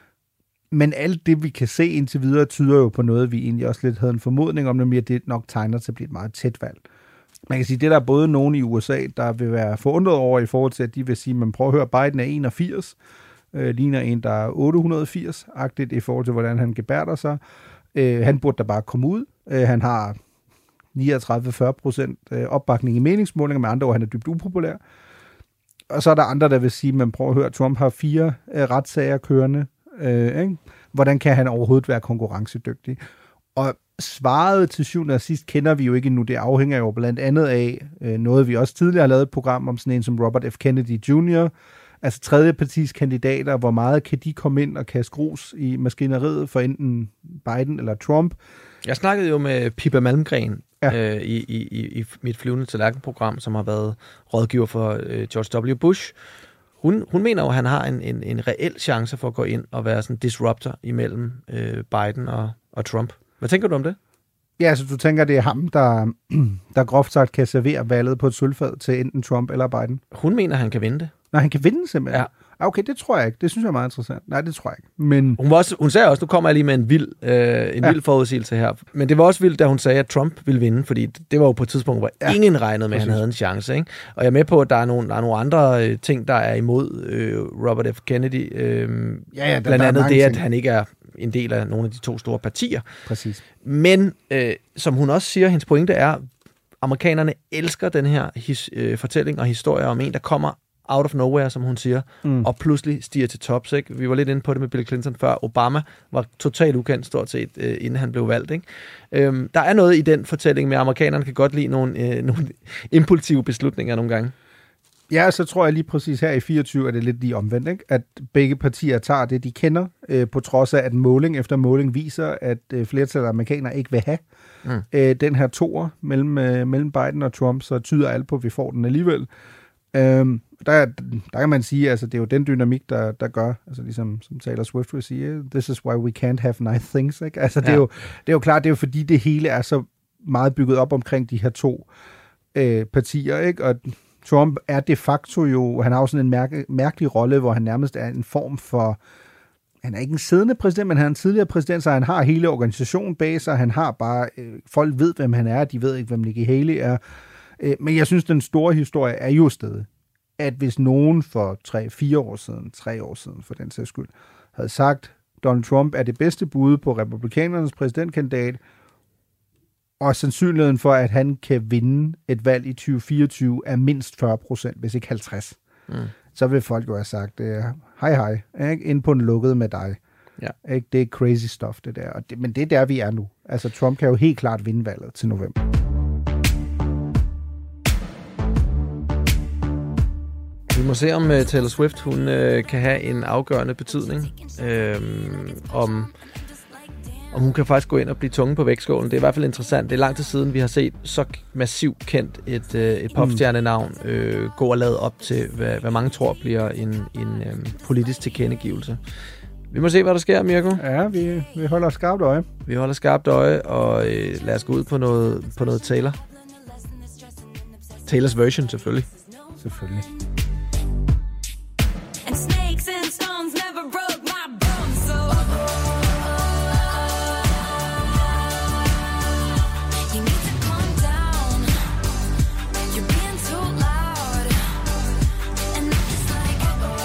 Speaker 4: Men alt det, vi kan se indtil videre, tyder jo på noget, vi egentlig også lidt havde en formodning om, nemlig at det nok tegner til at blive et meget tæt valg. Man kan sige, det der er både nogen i U S A, der vil være forundret over i forhold til, at de vil sige, man prøver at høre, Biden er enogfirs, øh, ligner en, der er otte hundrede og firs-agtigt i forhold til, hvordan han gebærder sig. Øh, han burde da bare komme ud. Øh, han har niogtredive til fyrre procent opbakning i meningsmålinger, med andre ord, han er dybt upopulær. Og så er der andre, der vil sige, man prøver at høre, Trump har fire øh, retssager kørende. Øh, ikke? Hvordan kan han overhovedet være konkurrencedygtig? Og svaret til syvende og sidst kender vi jo ikke endnu. Det afhænger jo blandt andet af øh, noget, vi også tidligere har lavet et program om, sådan en som Robert F. Kennedy junior Altså tredje partis kandidater, hvor meget kan de komme ind og kaste grus i maskineriet for enten Biden eller Trump.
Speaker 3: Jeg snakkede jo med Pippa Malmgren ja. øh, i, i, i mit flyvende tallerken-program, som har været rådgiver for øh, George W. Bush. Hun, hun mener jo, at han har en, en, en reel chance for at gå ind og være sådan en disruptor imellem øh, Biden og, og Trump. Hvad tænker du om det?
Speaker 4: Ja, altså du tænker, det er ham, der, der groft sagt kan servere valget på et sølvfad til enten Trump eller Biden?
Speaker 3: Hun mener, han kan vinde det.
Speaker 4: Nej, han kan vinde simpelthen?
Speaker 3: Ja.
Speaker 4: Okay, det tror jeg ikke. Det synes jeg er meget interessant. Nej, det tror jeg ikke. Men...
Speaker 3: Hun, var også, hun sagde også, nu kommer jeg lige med en vild, øh, en ja. vild forudsigelse her. Men det var også vildt, da hun sagde, at Trump ville vinde, fordi det var jo på et tidspunkt, hvor ja. ingen regnede med, at han havde en chance. Ikke? Og jeg er med på, at der er nogle, der er nogle andre øh, ting, der er imod øh, Robert F. Kennedy. Øh,
Speaker 4: ja, ja, der,
Speaker 3: blandt
Speaker 4: der
Speaker 3: andet det, at
Speaker 4: ting.
Speaker 3: han ikke er en del af nogle af de to store partier.
Speaker 4: Præcis.
Speaker 3: Men øh, som hun også siger, hendes pointe er, amerikanerne elsker den her his, øh, fortælling og historie om en, der kommer out of nowhere, som hun siger, mm. og pludselig stiger til tops. Ikke? Vi var lidt inde på det med Bill Clinton før. Obama var totalt ukendt, stort set, øh, inden han blev valgt. Ikke? Øhm, der er noget i den fortælling med, at amerikanerne kan godt lide nogle, øh, nogle impulsive beslutninger nogle gange.
Speaker 4: Ja, så tror jeg lige præcis her i fireogtyve, er det lidt lige omvendt, ikke? At begge partier tager det, de kender, øh, på trods af, at måling efter måling viser, at øh, flertallet af amerikanere ikke vil have mm. øh, den her toer mellem, øh, mellem Biden og Trump, så tyder alt på, at vi får den alligevel. Øhm, der, der kan man sige, altså det er jo den dynamik, der, der gør, altså ligesom som Taylor Swift vil sige, this is why we can't have nice things, ikke? Altså det, ja. er jo, det er jo klart, det er jo fordi det hele er så meget bygget op omkring de her to øh, partier, ikke? Og Trump er de facto jo, han har jo sådan en mærke, mærkelig rolle, hvor han nærmest er en form for, han er ikke en siddende præsident, men han er en tidligere præsident, så han har hele organisationen bag sig, han har bare, øh, folk ved, hvem han er, de ved ikke, hvem Nikki Haley er. Men jeg synes, den store historie er jo stadig, at hvis nogen for tre, fire år siden, tre år siden for den sags skyld, havde sagt, Donald Trump er det bedste bud på republikanernes præsidentkandidat, og sandsynligheden for, at han kan vinde et valg i tyve fireogtyve er mindst fyrre procent, hvis ikke halvtreds. Mm. Så vil folk jo have sagt, hej hej, ikke? Ind på en lukket med dig. Ja. Ikke? Det er crazy stuff, det der. Og det, men det er der, vi er nu. Altså, Trump kan jo helt klart vinde valget til november.
Speaker 3: Vi må se, om uh, Taylor Swift hun uh, kan have en afgørende betydning. Uh, om, om hun kan faktisk gå ind og blive tunge på vægtskålen. Det er i hvert fald interessant. Det er lang tid siden, vi har set så massivt kendt et, uh, et popstjernenavn uh, gå og lade op til, hvad, hvad mange tror bliver en, en um, politisk tilkendegivelse. Vi må se, hvad der sker, Mirko.
Speaker 4: Ja, vi, vi holder skarpt øje.
Speaker 3: Vi holder skarpt øje, og uh, lad os gå ud på noget, på noget Taylor. Taylors version, selvfølgelig.
Speaker 4: Selvfølgelig.
Speaker 1: And snakes and stones never broke my bones, so you need to calm down. You're being too loud, and I'm just like,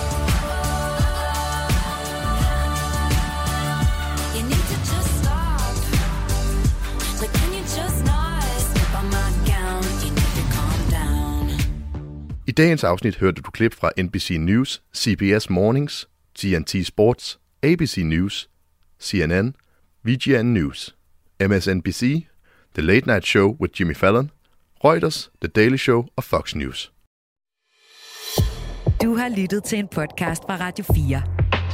Speaker 1: you need to just stop. Like, can you just not slip on my gown? You need to calm down.
Speaker 11: I dagens afsnit hørte du klip fra N B C News, C B S Mornings, T N T Sports, A B C News, C N N, V G N News, M S N B C, The Late Night Show with Jimmy Fallon, Reuters, The Daily Show og Fox News.
Speaker 2: Du har lyttet til en podcast fra Radio fire.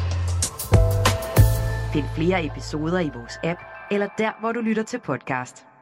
Speaker 2: Find flere episoder i vores app, eller der, hvor du lytter til podcast.